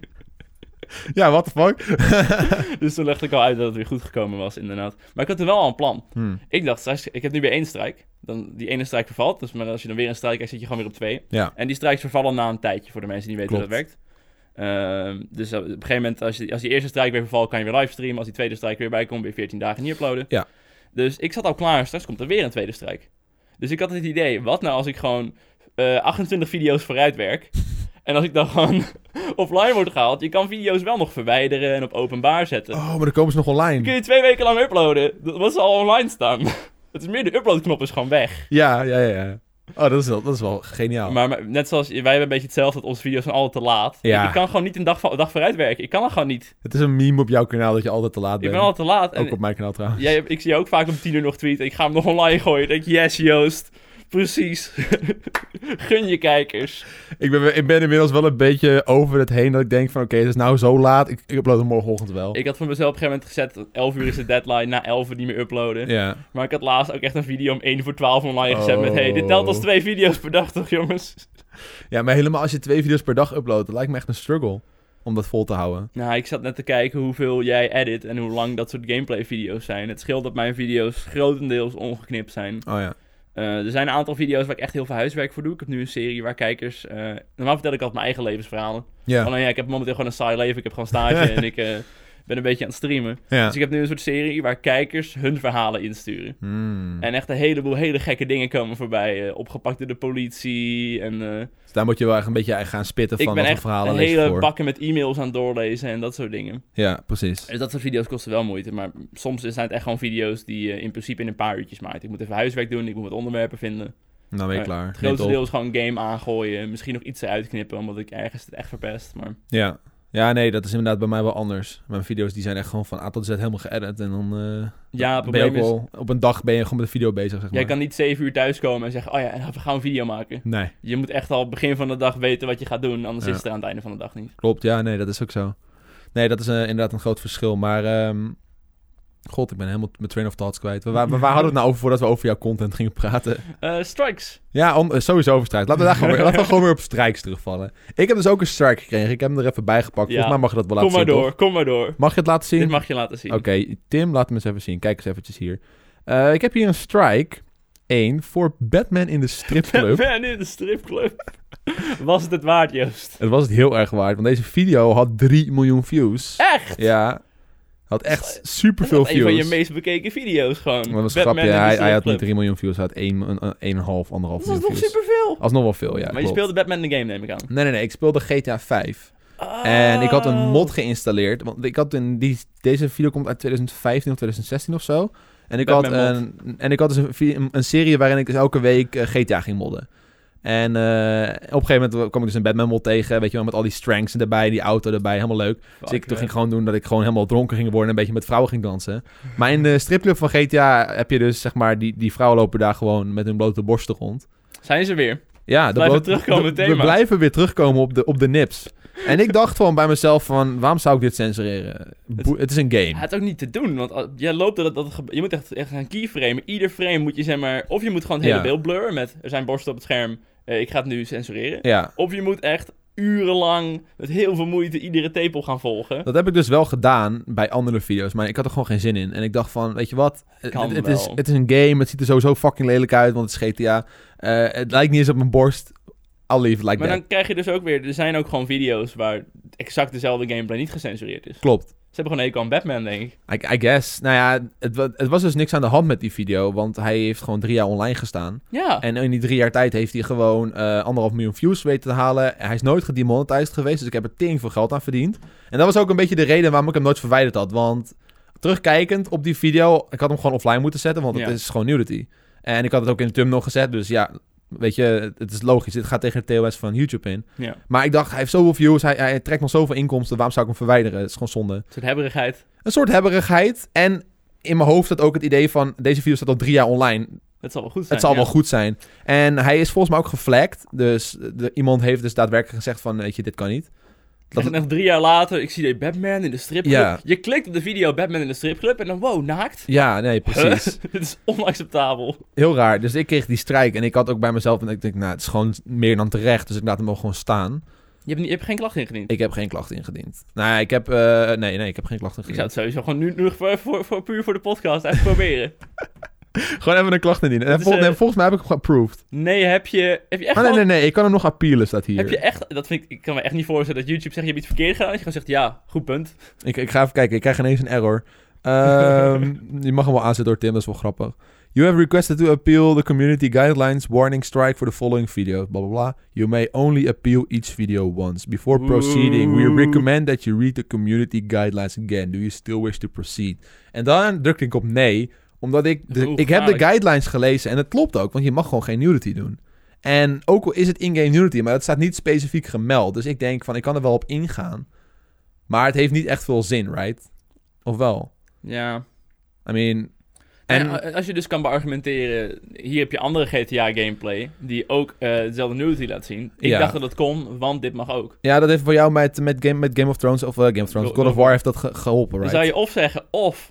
Ja, what the fuck? Dus toen legde ik al uit dat het weer goed gekomen was, inderdaad. Maar ik had toen wel al een plan. Ik dacht, straks, ik heb nu weer 1 strijk. Dan, die ene strijk vervalt. Dus maar als je dan weer een strijk krijgt, zit je gewoon weer op 2. Ja. En die strijks vervallen na een tijdje, voor de mensen die niet weten Klopt. hoe dat werkt. Dus op een gegeven moment, als die eerste strijk weer vervalt, kan je weer livestreamen. Als die tweede strijk weer bij komt, weer 14 dagen niet uploaden. Ja. Dus ik zat al klaar, straks komt er weer een tweede strijk. Dus ik had het idee, wat nou als ik gewoon 28 video's vooruit werk... En als ik dan gewoon offline word gehaald, je kan video's wel nog verwijderen en op openbaar zetten. Oh, maar dan komen ze nog Dan online. kun je 2 weken lang uploaden. Dat ze al online staan. Het is meer de uploadknop is gewoon weg. Ja. Oh, dat is wel geniaal. Maar net zoals, wij hebben een beetje hetzelfde, dat onze video's zijn altijd te laat. Ja. Ik kan gewoon niet een dag vooruit werken. Ik kan dat gewoon niet. Het is een meme op jouw kanaal dat je altijd te laat Ik bent. ben altijd te laat. Ook op mijn kanaal trouwens. Ik zie je ook vaak om 10 uur nog tweeten. Ik ga hem nog online gooien. Ik denk, yes Joost. Precies. Gun je kijkers. Ik ben inmiddels wel een beetje over het heen dat ik denk van oké, het is nou zo laat. Ik upload hem morgenochtend wel. Ik had voor mezelf op een gegeven moment gezet, 11 uur is de deadline, na 11 uur niet meer uploaden. Ja. Maar ik had laatst ook echt een video om 1 voor 12 online gezet met, hey, dit telt als 2 video's per dag toch jongens? Ja, maar helemaal als je 2 video's per dag uploadt, dat lijkt me echt een struggle om dat vol te houden. Nou, ik zat net te kijken hoeveel jij edit en hoe lang dat soort gameplay video's zijn. Het scheelt dat mijn video's grotendeels ongeknipt zijn. Oh ja. Er zijn een aantal video's waar ik echt heel veel huiswerk voor doe. Ik heb nu een serie waar kijkers... normaal vertel ik altijd mijn eigen levensverhalen. Ja. Alleen ik heb momenteel gewoon een saai leven. Ik heb gewoon stage en ik ben een beetje aan het streamen. Ja. Dus ik heb nu een soort serie waar kijkers hun verhalen insturen. En echt een heleboel hele gekke dingen komen voorbij. Opgepakt door de politie en... Dus daar moet je wel echt een beetje gaan spitten ik van ben wat echt voor verhalen een lees je hele voor. bakken met e-mails aan het doorlezen en dat soort dingen. Ja, precies. Dus dat soort video's kosten wel moeite. Maar soms zijn het echt gewoon video's die je in principe in een paar uurtjes maakt. Ik moet even huiswerk doen, ik moet wat onderwerpen vinden. Nou ben je klaar. Het grootste deel is gewoon een game aangooien. Misschien nog iets eruit knippen, omdat ik ergens het echt verpest. Maar... Ja, nee, dat is inderdaad bij mij wel anders. Mijn video's die zijn echt gewoon van A tot Z helemaal geëdit. En dan ja, het ben je ook probleem is... wel... Op een dag ben je gewoon met de video bezig, zeg maar. Jij kan niet 7 uur thuiskomen en zeggen... Oh ja, en we gaan een video maken. Nee. Je moet echt al begin van de dag weten wat je gaat doen. Anders is het er aan het einde van de dag niet. Klopt, ja, nee, dat is ook zo. Nee, dat is inderdaad een groot verschil. Maar... God, ik ben helemaal mijn train of thoughts kwijt. Waar hadden we het nou over voordat we over jouw content gingen praten? Strikes. Ja, sowieso over strikes. Laten we gewoon weer op strikes terugvallen. Ik heb dus ook een strike gekregen. Ik heb hem er even bij gepakt. Ja. Volgens mij mag je dat wel laten zien, toch? Kom maar door. Mag je het laten zien? Dit mag je laten zien. Oké, Tim, laat hem eens even zien. Kijk eens eventjes hier. Ik heb hier een strike. 1 voor Batman in de stripclub. Batman in de stripclub. Was het waard, Joost? Het was het heel erg waard, want deze video had 3 miljoen views. Echt? Ja. Had echt superveel views. Een van je meest bekeken video's gewoon. Maar dat was grapje. Hij had niet 3 miljoen views. Hij had 1,5 views. Dat was nog superveel. Alsnog wel veel, ja. Maar klopt. je speelde Batman in de game, neem ik aan. Nee. Ik speelde GTA 5. Oh. En ik had een mod geïnstalleerd. Want ik had deze video komt uit 2015 of 2016 of zo. En ik had dus een serie waarin ik dus elke week GTA ging modden. En op een gegeven moment kwam ik dus een Batman mod tegen. Weet je wel, met al die strengths erbij, die auto erbij. Helemaal leuk. Dus toen ging gewoon doen dat ik gewoon helemaal dronken ging worden. En een beetje met vrouwen ging dansen. Maar in de stripclub van GTA heb je dus, zeg maar, die vrouwen lopen daar gewoon met hun blote borsten rond. Zijn ze weer? Ja, we blijven weer terugkomen op de nips. En ik dacht gewoon bij mezelf van, waarom zou ik dit censureren? Het is een game. Het is ook niet te doen, want je loopt je moet echt gaan keyframen. Ieder frame moet je, zeg maar, of je moet gewoon het hele beeld blurren met, er zijn borsten op het scherm, ik ga het nu censureren. Ja. Of je moet echt urenlang met heel veel moeite iedere tepel gaan volgen. Dat heb ik dus wel gedaan bij andere video's, maar ik had er gewoon geen zin in. En ik dacht van, weet je wat, het is een game, het ziet er sowieso fucking lelijk uit, want het is GTA. Het lijkt niet eens op mijn borst. Maar dan krijg je dus ook weer... Er zijn ook gewoon video's waar exact dezelfde gameplay niet gecensureerd is. Klopt. Ze hebben gewoon een aan Batman, denk ik. I guess. Nou ja, het was dus niks aan de hand met die video, want hij heeft gewoon 3 jaar online gestaan. Ja. En in die 3 jaar tijd heeft hij gewoon 1,5 miljoen views weten te halen. Hij is nooit gedemonetized geweest, dus ik heb er tering veel geld aan verdiend. En dat was ook een beetje de reden waarom ik hem nooit verwijderd had, want terugkijkend op die video, ik had hem gewoon offline moeten zetten, want het is gewoon nudity. En ik had het ook in de thumbnail gezet, dus ja... Weet je, het is logisch. Dit gaat tegen de TOS van YouTube in. Ja. Maar ik dacht, hij heeft zoveel views. Hij trekt nog zoveel inkomsten. Waarom zou ik hem verwijderen? Het is gewoon zonde. Een soort hebberigheid. Een soort hebberigheid. En in mijn hoofd had ook het idee van... Deze video staat al 3 jaar online. Het zal wel goed zijn. Het zal wel goed zijn. En hij is volgens mij ook geflagd. Dus iemand heeft dus daadwerkelijk gezegd van, weet je, dit kan niet. Dat nog 3 jaar later, ik zie de Batman in de stripclub. Ja. Je klikt op de video Batman in de stripclub en dan, wow, naakt. Ja, nee, precies. Dit is onacceptabel. Heel raar. Dus ik kreeg die strijk en ik had ook bij mezelf... En ik denk, nou, het is gewoon meer dan terecht. Dus ik laat hem ook gewoon staan. Je hebt geen klacht ingediend? Ik heb geen klachten ingediend. Nou ja, ik heb... nee, ik heb geen klachten Ik zou ingediend. het sowieso gewoon nu puur voor de podcast even proberen. Gewoon even een klacht indienen. En volgens mij heb ik hem geapproved. Nee, heb je echt Nee. Ik kan hem nog appealen, staat hier. Heb je echt... Ik kan me echt niet voorstellen dat YouTube zegt, je hebt iets verkeerd gedaan. Dat je gewoon zegt, ja, goed punt. Ik ga even kijken. Ik krijg ineens een error. Je mag hem wel aanzetten door Tim, dat is wel grappig. You have requested to appeal the community guidelines. Warning strike for the following video. Blah, blah, blah. You may only appeal each video once. Before proceeding, we recommend that you read the community guidelines again. Do you still wish to proceed? En dan drukte ik op nee, omdat ik heb de guidelines gelezen en het klopt ook, want je mag gewoon geen nudity doen. En ook al is het in-game nudity, maar het staat niet specifiek gemeld. Dus ik denk van, ik kan er wel op ingaan. Maar het heeft niet echt veel zin, right? Of wel? Ja. I mean... En als je dus kan beargumenteren, hier heb je andere GTA-gameplay die ook dezelfde nudity laat zien. Ik dacht dat het kon, want dit mag ook. Ja, dat heeft voor jou met Game of Thrones, of Game of Thrones, God of War heeft dat geholpen, right? Dan zou je of zeggen,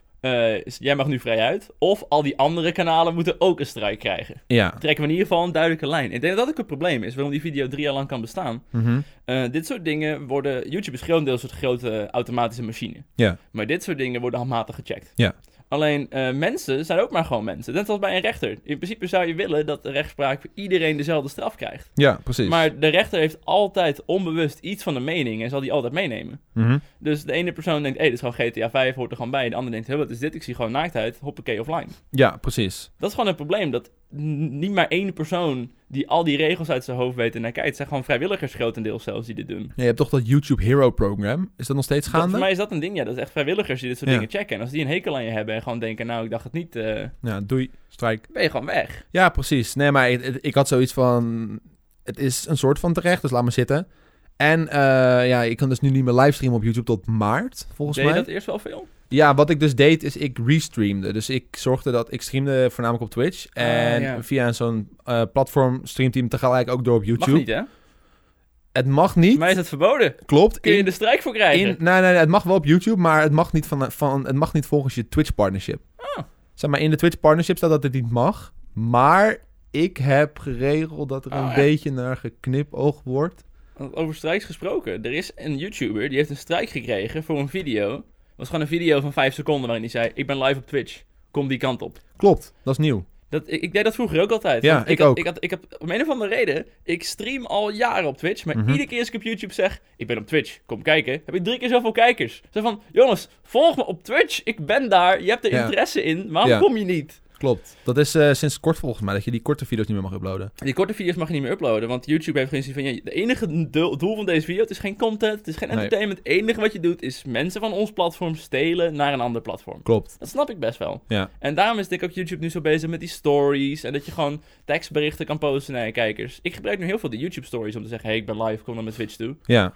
jij mag nu vrij uit, of al die andere kanalen moeten ook een strijk krijgen. Ja. Trekken we in ieder geval een duidelijke lijn. Ik denk dat ook het probleem is, waarom die video 3 jaar lang kan bestaan. Mm-hmm. Dit soort dingen worden... YouTube is grotendeels een grote automatische machine. Ja. Maar dit soort dingen worden handmatig gecheckt. Ja. Alleen, mensen zijn ook maar gewoon mensen. Net als bij een rechter. In principe zou je willen dat de rechtspraak voor iedereen dezelfde straf krijgt. Ja, precies. Maar de rechter heeft altijd onbewust iets van de mening en zal die altijd meenemen. Mm-hmm. Dus de ene persoon denkt, dit is gewoon GTA 5, hoort er gewoon bij. De ander denkt, wat is dit? Ik zie gewoon naaktheid, hoppakee, offline. Ja, precies. Dat is gewoon het probleem, dat niet maar één persoon die al die regels uit zijn hoofd weet en naar kijkt. Het zijn gewoon vrijwilligers grotendeels zelfs die dit doen. Ja, je hebt toch dat YouTube Hero Program? Is dat nog steeds gaande? Voor mij is dat een ding, ja. Dat is echt vrijwilligers die dit soort dingen checken. En als die een hekel aan je hebben en gewoon denken, nou, ik dacht het niet... Ja, doei, strijk. Ben je gewoon weg. Ja, precies. Nee, maar ik had zoiets van... Het is een soort van terecht, dus laat maar zitten. En ik kan dus nu niet meer livestreamen op YouTube tot maart, volgens mij. Deed je dat eerst wel veel? Ja, wat ik dus deed, is ik restreamde. Dus ik zorgde dat... Ik streamde voornamelijk op Twitch. En via zo'n platform streamt hij hem tegelijk ook door op YouTube. Mag niet, hè? Het mag niet. Voor mij is het verboden. Klopt. Kun je de strijk voor krijgen? Nee, het mag wel op YouTube, maar het mag niet, het mag niet volgens je Twitch partnership. Oh. Zeg maar, in de Twitch partnership staat dat het niet mag. Maar ik heb geregeld dat er een beetje naar geknipoogd wordt. Over strijks gesproken. Er is een YouTuber die heeft een strijk gekregen voor een video. Het was gewoon een video van 5 seconden waarin hij zei... Ik ben live op Twitch. Kom die kant op. Klopt, dat is nieuw. Ik deed dat vroeger ook altijd. Ja, ik ook. Ik heb om een of andere reden... Ik stream al jaren op Twitch. Maar iedere keer als ik op YouTube zeg... Ik ben op Twitch. Kom kijken. Heb ik 3 keer zoveel kijkers. Zo van... Jongens, volg me op Twitch. Ik ben daar. Je hebt er interesse in. Waarom kom je niet? Klopt. Dat is sinds kort volgens mij. Dat je die korte video's niet meer mag uploaden. Die korte video's mag je niet meer uploaden. Want YouTube heeft geen zin van... de enige doel van deze video... Het is geen content. Het is geen entertainment. Het enige wat je doet... Is mensen van ons platform stelen naar een ander platform. Klopt. Dat snap ik best wel. Ja. En daarom is denk ik ook YouTube nu zo bezig met die stories. En dat je gewoon tekstberichten kan posten naar je kijkers. Ik gebruik nu heel veel de YouTube stories om te zeggen... Hey, ik ben live, kom dan met Twitch toe. Ja.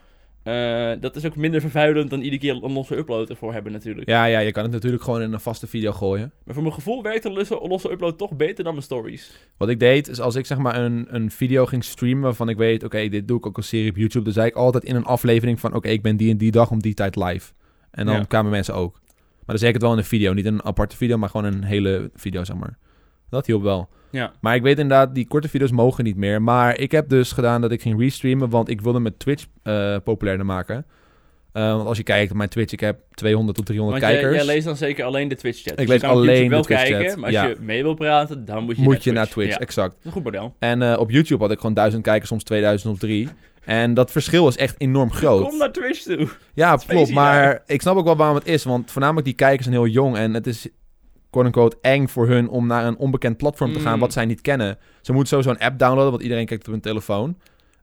Dat is ook minder vervuilend dan iedere keer een losse upload ervoor hebben natuurlijk. Ja, je kan het natuurlijk gewoon in een vaste video gooien. Maar voor mijn gevoel werkt een losse upload toch beter dan mijn stories. Wat ik deed, is als ik zeg maar een video ging streamen waarvan ik weet... Oké, dit doe ik ook als serie op YouTube. Dan zei ik altijd in een aflevering van... Oké, ik ben die en die dag om die tijd live. En dan kwamen mensen ook. Maar dan zei ik het wel in een video. Niet in een aparte video, maar gewoon een hele video, zeg maar. Dat hielp wel. Ja. Maar ik weet inderdaad, die korte video's mogen niet meer. Maar ik heb dus gedaan dat ik ging restreamen, want ik wilde met Twitch populairder maken. Want als je kijkt op mijn Twitch, ik heb 200 tot 300 kijkers. Jij leest dan zeker alleen de Twitch-chat. Ik lees alleen de Twitch-chat. Kijken, maar als je mee wil praten, dan moet je naar Twitch. Ja. Exact. Dat is een goed model. En op YouTube had ik gewoon 1000 kijkers, soms 2000 of 3. En dat verschil is echt enorm groot. Kom naar Twitch toe. Ja, klopt. Maar ik snap ook wel waarom het is. Want voornamelijk die kijkers zijn heel jong en het is... quote-unquote eng voor hun om naar een onbekend platform te gaan wat zij niet kennen. Ze moeten sowieso een app downloaden, want iedereen kijkt op hun telefoon.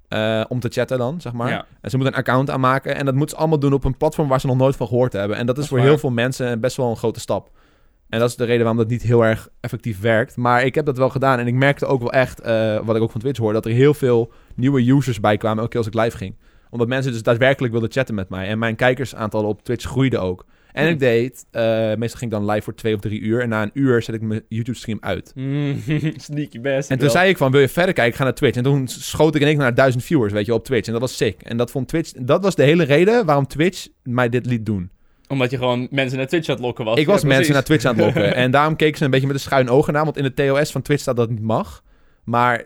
Om te chatten dan, zeg maar. Ja. En ze moeten een account aanmaken. En dat moeten ze allemaal doen op een platform waar ze nog nooit van gehoord hebben. En dat is voor heel veel mensen best wel een grote stap. En dat is de reden waarom dat niet heel erg effectief werkt. Maar ik heb dat wel gedaan. En ik merkte ook wel echt, wat ik ook van Twitch hoor, dat er heel veel nieuwe users bij kwamen elke keer als ik live ging. Omdat mensen dus daadwerkelijk wilden chatten met mij. En mijn kijkersaantallen op Twitch groeiden ook. En ik deed... meestal ging ik dan live voor 2 of 3 uur. En na een uur zet ik mijn YouTube-stream uit. Sneaky best. En toen zei ik van, wil je verder kijken? Ga naar Twitch. En toen schoot ik in één keer naar 1000 viewers, weet je, op Twitch. En dat was sick. En dat vond Twitch... Dat was de hele reden waarom Twitch mij dit liet doen. Omdat je gewoon mensen naar Twitch aan het lokken was. Ik was mensen naar Twitch aan het lokken. En daarom keken ze een beetje met een schuin ogen naar. Want in de TOS van Twitch staat dat het niet mag. Maar...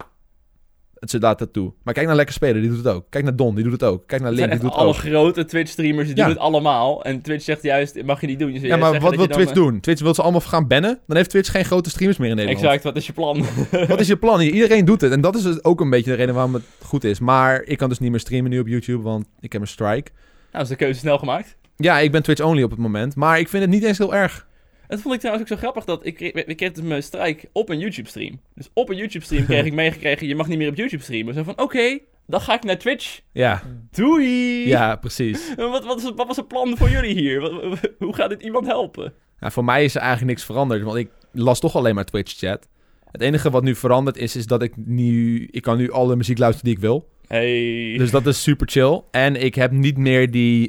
Ze laat dat toe. Maar kijk naar Lekker Spelen, die doet het ook. Kijk naar Don, die doet het ook. Kijk naar Link, die doet het ook. Alle grote Twitch-streamers, die doen het allemaal. En Twitch zegt juist, mag je niet doen. Ja, maar wat wil Twitch doen? Twitch wil ze allemaal gaan bannen. Dan heeft Twitch geen grote streamers meer in Nederland. Exact, wat is je plan? Wat is je plan? Iedereen doet het. En dat is dus ook een beetje de reden waarom het goed is. Maar ik kan dus niet meer streamen nu op YouTube, want ik heb een strike. Nou, is de keuze snel gemaakt. Ja, ik ben Twitch-only op het moment. Maar ik vind het niet eens heel erg. Dat vond ik trouwens ook zo grappig, dat ik kreeg dus mijn strike op een YouTube-stream. Dus op een YouTube-stream kreeg ik meegekregen, je mag niet meer op YouTube streamen. Zo van, oké, dan ga ik naar Twitch. Ja. Doei! Ja, precies. Wat was het plan voor jullie hier? Hoe gaat dit iemand helpen? Nou, voor mij is er eigenlijk niks veranderd, want ik las toch alleen maar Twitch-chat. Het enige wat nu veranderd is dat ik kan nu alle muziek luisteren die ik wil. Hey. Dus dat is super chill. En ik heb niet meer die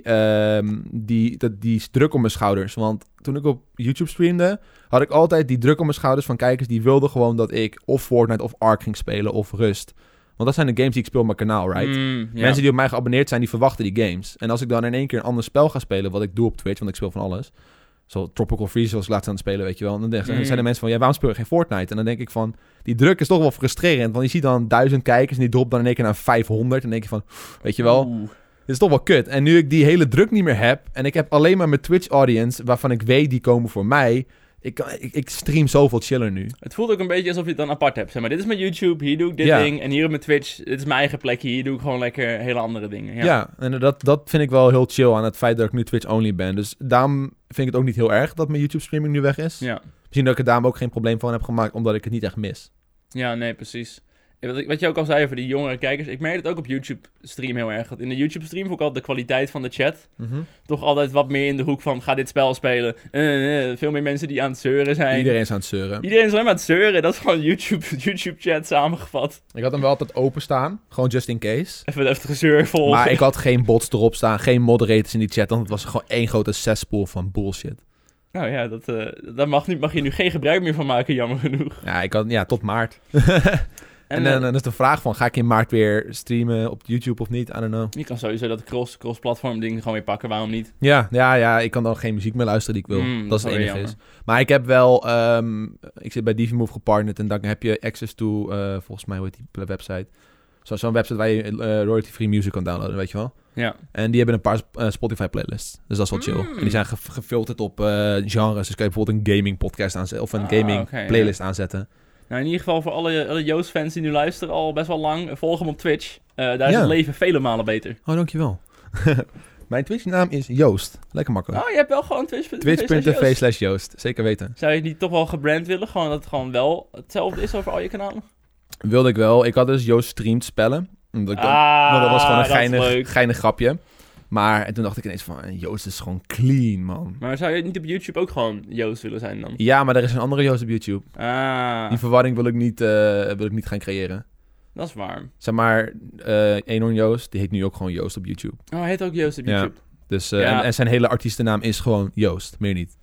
druk op mijn schouders. Want toen ik op YouTube streamde, had ik altijd die druk op mijn schouders van kijkers die wilden gewoon dat ik of Fortnite of Ark ging spelen of Rust. Want dat zijn de games die ik speel op mijn kanaal, right? Ja. Mensen die op mij geabonneerd zijn, die verwachten die games. En als ik dan in één keer een ander spel ga spelen, wat ik doe op Twitch, want ik speel van alles. Zo Tropical Freeze, zoals ik laatst aan het spelen, weet je wel. En dan zijn de mensen van, ja, waarom speel je geen Fortnite? En dan denk ik van, die druk is toch wel frustrerend. Want je ziet dan 1000 kijkers en die dropt dan in één keer naar 500. En dan denk je van, weet je wel, dit is toch wel kut. En nu ik die hele druk niet meer heb en ik heb alleen maar mijn Twitch-audience, waarvan ik weet, die komen voor mij. Ik stream zoveel chiller nu. Het voelt ook een beetje alsof je het dan apart hebt. Zeg maar, dit is mijn YouTube, hier doe ik dit ding. En hier op mijn Twitch, dit is mijn eigen plekje. Hier doe ik gewoon lekker hele andere dingen. Ja, en dat vind ik wel heel chill aan het feit dat ik nu Twitch-only ben. Dus daarom vind ik het ook niet heel erg dat mijn YouTube-streaming nu weg is. Ja. Misschien dat ik er daarom ook geen probleem van heb gemaakt, omdat ik het niet echt mis. Ja, nee, precies. Wat je ook al zei over die jongere kijkers. Ik merk het ook op YouTube-stream heel erg. In de YouTube-stream vond ik altijd de kwaliteit van de chat. Toch altijd wat meer in de hoek van, ga dit spel spelen. Veel meer mensen die aan het zeuren zijn. Iedereen is aan het zeuren. Iedereen is alleen maar aan het zeuren. Dat is gewoon YouTube-chat samengevat. Ik had hem wel altijd openstaan. Gewoon just in case. Even het gezeur volgen. Maar ik had geen bots erop staan. Geen moderators in die chat. Want het was gewoon één grote cesspool van bullshit. Nou ja, daar mag je nu geen gebruik meer van maken, jammer genoeg. Ja, tot maart. En dan is de vraag van, ga ik in maart weer streamen op YouTube of niet? I don't know. Je kan sowieso dat cross-platform ding gewoon weer pakken, waarom niet? Ja, ik kan dan geen muziek meer luisteren die ik wil. Dat is het enige is. Maar ik heb wel, ik zit bij Divimove gepartnerd en dan heb je access to, volgens mij hoe heet die website. Zo'n website waar je royalty-free music kan downloaden, weet je wel? Ja. En die hebben een paar Spotify playlists. Dus dat is wel chill. En die zijn gefilterd op genres. Dus kan je bijvoorbeeld een gaming podcast aanzetten of een gaming playlist aanzetten. Nou, in ieder geval voor alle Joost-fans die nu luisteren al best wel lang, volg hem op Twitch. Daar is het leven vele malen beter. Oh, dankjewel. Mijn Twitch-naam is Joost. Lekker makkelijk. Oh, je hebt wel gewoon Twitch.tv/Joost. Zeker weten. Zou je het niet toch wel gebrand willen? Gewoon dat het gewoon wel hetzelfde is over al je kanalen? Wilde ik wel. Ik had dus Joost streamt spellen. Want dat was gewoon een geinig grapje. Maar toen dacht ik ineens van, Joost is gewoon clean, man. Maar zou je niet op YouTube ook gewoon Joost willen zijn dan? Ja, maar er is een andere Joost op YouTube. Die verwarring wil ik niet gaan creëren. Dat is waar. Zeg maar, Enon Joost, die heet nu ook gewoon Joost op YouTube. Oh, hij heet ook Joost op YouTube. Ja. Dus, en zijn hele artiestennaam is gewoon Joost, meer niet.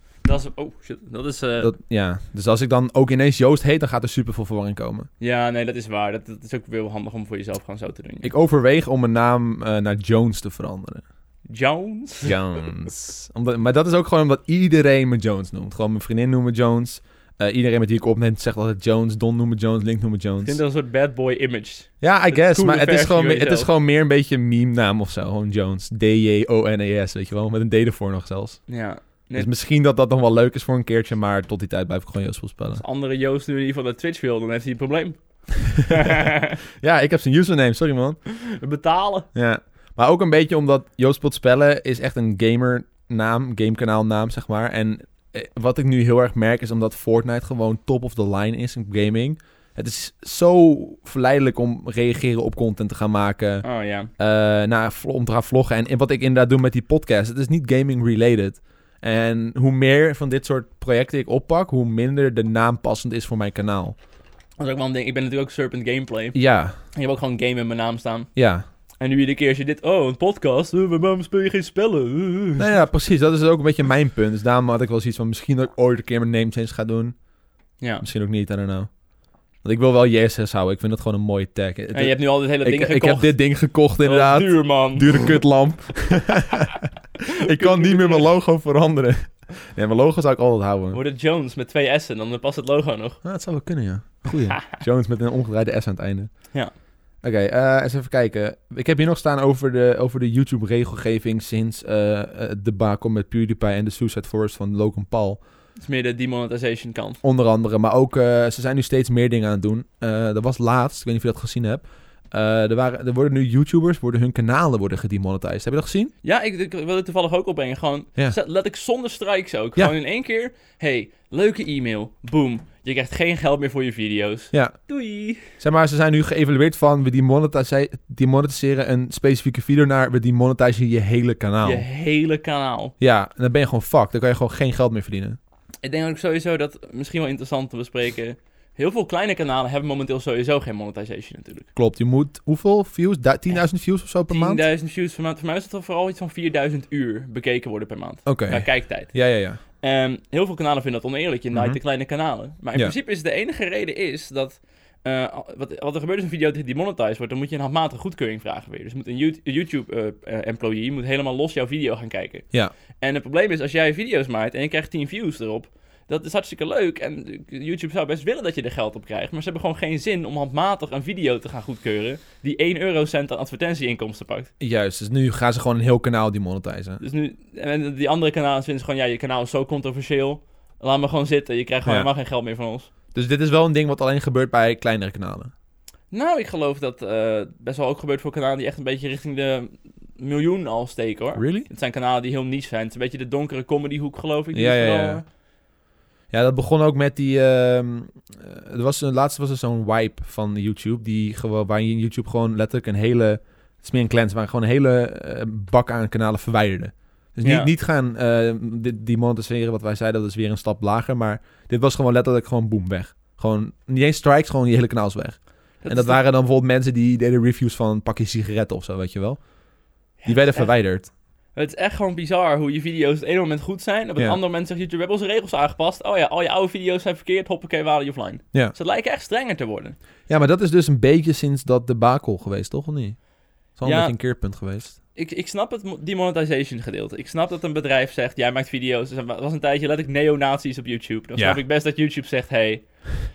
Dus als ik dan ook ineens Joost heet, dan gaat er super veel verwarring komen. Ja, nee, dat is waar. Dat is ook wel handig om voor jezelf gewoon zo te doen. Ik overweeg om mijn naam naar Jones te veranderen. Jones? Maar dat is ook gewoon omdat iedereen me Jones noemt. Gewoon mijn vriendin noemt me Jones. Iedereen met wie ik opneem zegt altijd Jones. Don noemt me Jones. Link noemt me Jones. Ik vind dat een soort bad boy image. Ja, I guess. Maar het is gewoon meer een beetje een meme naam of zo. Gewoon Jones. D-J-O-N-E-S, weet je wel. Met een D ervoor nog zelfs. Ja. Dus misschien dat nog wel leuk is voor een keertje. Maar tot die tijd blijf ik gewoon Joost spelen. Als andere Joost nu in ieder geval naar Twitch wil, dan heeft hij een probleem. Ja, ik heb zijn username. Sorry, man. Betalen. Ja. Maar ook een beetje omdat Joost speelt spellen is echt een gamernaam. Gamekanaalnaam, zeg maar. En wat ik nu heel erg merk is omdat Fortnite gewoon top of the line is in gaming. Het is zo verleidelijk om reageren op content te gaan maken. Oh ja. Om te gaan vloggen. En wat ik inderdaad doe met die podcast. Het is niet gaming related. En hoe meer van dit soort projecten ik oppak, hoe minder de naam passend is voor mijn kanaal. Dat is ook wel een ding. Ik ben natuurlijk ook Serpent Gameplay. Ja. En je hebt ook gewoon game in mijn naam staan. Ja. En nu iedere keer als je dit... Oh, een podcast? Waarom speel je geen spellen? Nou ja, precies. Dat is ook een beetje mijn punt. Dus daarom had ik wel zoiets van... Misschien dat ik ooit een keer mijn name change ga doen. Ja. Misschien ook niet, I don't know. Want ik wil wel JSS houden. Ik vind dat gewoon een mooie tag. En je hebt nu al dit hele ding gekocht. Ik heb dit ding gekocht, inderdaad. Duur, man. Dure kutlamp. Ik kan niet meer mijn logo veranderen. Nee, mijn logo zou ik altijd houden. Wordt het Jones met 2 S'en, dan past het logo nog. Nou, dat zou wel kunnen, ja. Goeie. Jones met een omgedraaide S aan het einde. Ja. Oké, eens even kijken. Ik heb hier nog staan over de YouTube-regelgeving sinds de debacle met PewDiePie en de Suicide Forest van Logan Paul. Het is meer de demonetization kant. Onder andere, maar ook ze zijn nu steeds meer dingen aan het doen. Dat was laatst, ik weet niet of je dat gezien hebt. Er worden nu YouTubers, hun kanalen gedemonetized. Heb je dat gezien? Ja, ik wil het toevallig ook opbrengen. Gewoon, let ik zonder strikes ook. Ja. Gewoon in één keer, hey, leuke e-mail, boom. Je krijgt geen geld meer voor je video's. Ja. Doei. Zeg maar, ze zijn nu geëvalueerd van, we demonetiseren een specifieke video naar, we demonetiseren je hele kanaal. Je hele kanaal. Ja, en dan ben je gewoon fucked. Dan kan je gewoon geen geld meer verdienen. Ik denk ook sowieso dat, misschien wel interessant te bespreken... Heel veel kleine kanalen hebben momenteel sowieso geen monetization natuurlijk. Klopt, je moet hoeveel views? 10.000 views of zo per maand? 10.000 views per maand. Voor mij is het vooral iets van 4.000 uur bekeken worden per maand. Oké. Qua kijktijd. Ja. Heel veel kanalen vinden dat oneerlijk. Je naait de kleine kanalen. Maar in principe is de enige reden is dat... wat er gebeurt als een video demonetized wordt, dan moet je een handmatige goedkeuring vragen weer. Dus moet een YouTube-employee moet helemaal los jouw video gaan kijken. Ja. En het probleem is, als jij video's maakt en je krijgt 10 views erop... Dat is hartstikke leuk en YouTube zou best willen dat je er geld op krijgt. Maar ze hebben gewoon geen zin om handmatig een video te gaan goedkeuren die 1 eurocent aan advertentieinkomsten pakt. Juist, dus nu gaan ze gewoon een heel kanaal demonetizen. Dus nu, en die andere kanalen vinden ze gewoon, ja, je kanaal is zo controversieel. Laat me gewoon zitten, je krijgt gewoon helemaal geen geld meer van ons. Dus dit is wel een ding wat alleen gebeurt bij kleinere kanalen? Nou, ik geloof dat best wel ook gebeurt voor kanalen die echt een beetje richting de miljoen al steken, hoor. Really? Het zijn kanalen die heel niche zijn. Het is een beetje de donkere comedyhoek, geloof ik. Ja, dat begon ook met die... laatst was er zo'n wipe van YouTube, waar je in YouTube gewoon letterlijk een hele... Het is meer een cleanse, waar gewoon een hele bak aan kanalen verwijderde. Dus niet gaan demonetiseren, wat wij zeiden, dat is weer een stap lager. Maar dit was gewoon letterlijk gewoon boom, weg. Gewoon, niet eens strikes, gewoon je hele kanaal is weg. Dat waren dan bijvoorbeeld mensen die deden reviews van een pakje sigaretten of zo, weet je wel. Die werden verwijderd. Het is echt gewoon bizar hoe je video's op het ene moment goed zijn. Op het andere moment zegt YouTube, we hebben onze regels aangepast. Oh ja, al je oude video's zijn verkeerd, hoppakee, we halen je offline. Ja. Dus het lijkt echt strenger te worden. Ja, maar dat is dus een beetje sinds dat debacle geweest, toch? Of niet? Het is wel een beetje een keerpunt geweest. Ik snap het demonetization gedeelte. Ik snap dat een bedrijf zegt, jij maakt video's. Er was een tijdje letterlijk neonazies op YouTube. Dan snap ik best dat YouTube zegt, hey...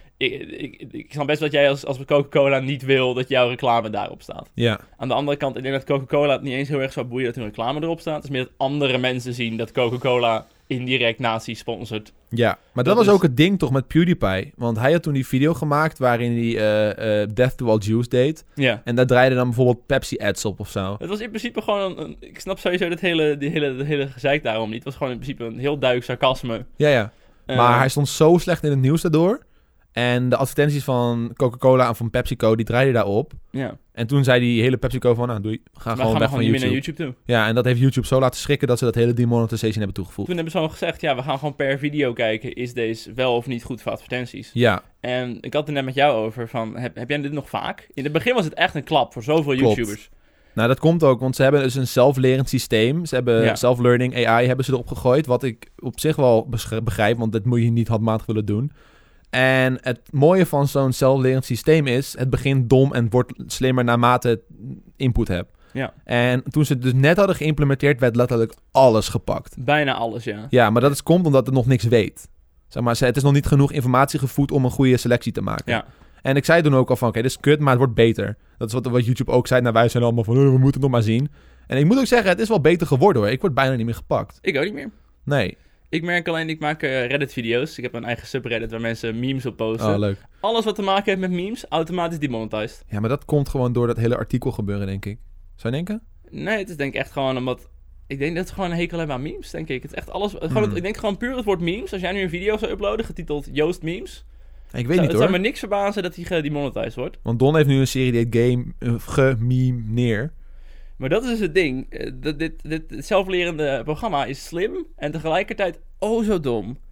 Ik snap best dat jij als Coca-Cola niet wil dat jouw reclame daarop staat. Ja. Aan de andere kant, ik denk dat Coca-Cola het niet eens heel erg zou boeien dat hun reclame erop staat. Het is meer dat andere mensen zien dat Coca-Cola indirect nazi's sponsort. Ja, maar dat was ook het ding toch met PewDiePie. Want hij had toen die video gemaakt waarin hij Death to All Jews deed. Ja. En daar draaide dan bijvoorbeeld Pepsi-ads op of zo. Het was in principe gewoon ik snap sowieso dat hele gezeik daarom niet. Het was gewoon in principe een heel duidelijk sarcasme. Ja. Maar hij stond zo slecht in het nieuws daardoor. En de advertenties van Coca-Cola en van PepsiCo, die draaiden daarop. Ja. En toen zei die hele PepsiCo van, nou doei, we gaan gewoon weg van YouTube. Niet meer naar YouTube toe. Ja, en dat heeft YouTube zo laten schrikken dat ze dat hele demonetization hebben toegevoegd. Toen hebben ze gewoon gezegd, ja, we gaan gewoon per video kijken, is deze wel of niet goed voor advertenties? Ja. En ik had het er net met jou over, van, heb jij dit nog vaak? In het begin was het echt een klap voor zoveel YouTubers. Nou, dat komt ook, want ze hebben dus een zelflerend systeem. Ze hebben self-learning AI hebben ze erop gegooid, wat ik op zich wel begrijp, want dat moet je niet handmatig willen doen. En het mooie van zo'n zelflerend systeem is, het begint dom en wordt slimmer naarmate het input hebt. Ja. En toen ze het dus net hadden geïmplementeerd, werd letterlijk alles gepakt. Bijna alles, ja. Ja, maar dat komt omdat het nog niks weet. Zeg maar, het is nog niet genoeg informatie gevoed om een goede selectie te maken. Ja. En ik zei toen ook al van, oké, dit is kut, maar het wordt beter. Dat is wat YouTube ook zei. Nou, wij zijn allemaal van, we moeten het nog maar zien. En ik moet ook zeggen, het is wel beter geworden hoor. Ik word bijna niet meer gepakt. Ik ook niet meer. Nee. Ik merk alleen, ik maak Reddit-video's. Ik heb een eigen subreddit waar mensen memes op posten. Oh, leuk. Alles wat te maken heeft met memes, automatisch demonetized. Ja, maar dat komt gewoon door dat hele artikel gebeuren, denk ik. Zou je denken? Nee, het is denk ik echt gewoon omdat... Ik denk dat ze gewoon een hekel hebben aan memes, denk ik. Het is echt alles... ik denk gewoon puur het woord memes. Als jij nu een video zou uploaden, getiteld Joost Memes... Ik weet niet hoor. Het zou me niks verbazen dat hij gedemonetized wordt. Want Don heeft nu een serie die heet Gememeneer. Maar dat is dus het ding. Dit zelflerende programma is slim en tegelijkertijd zo dom.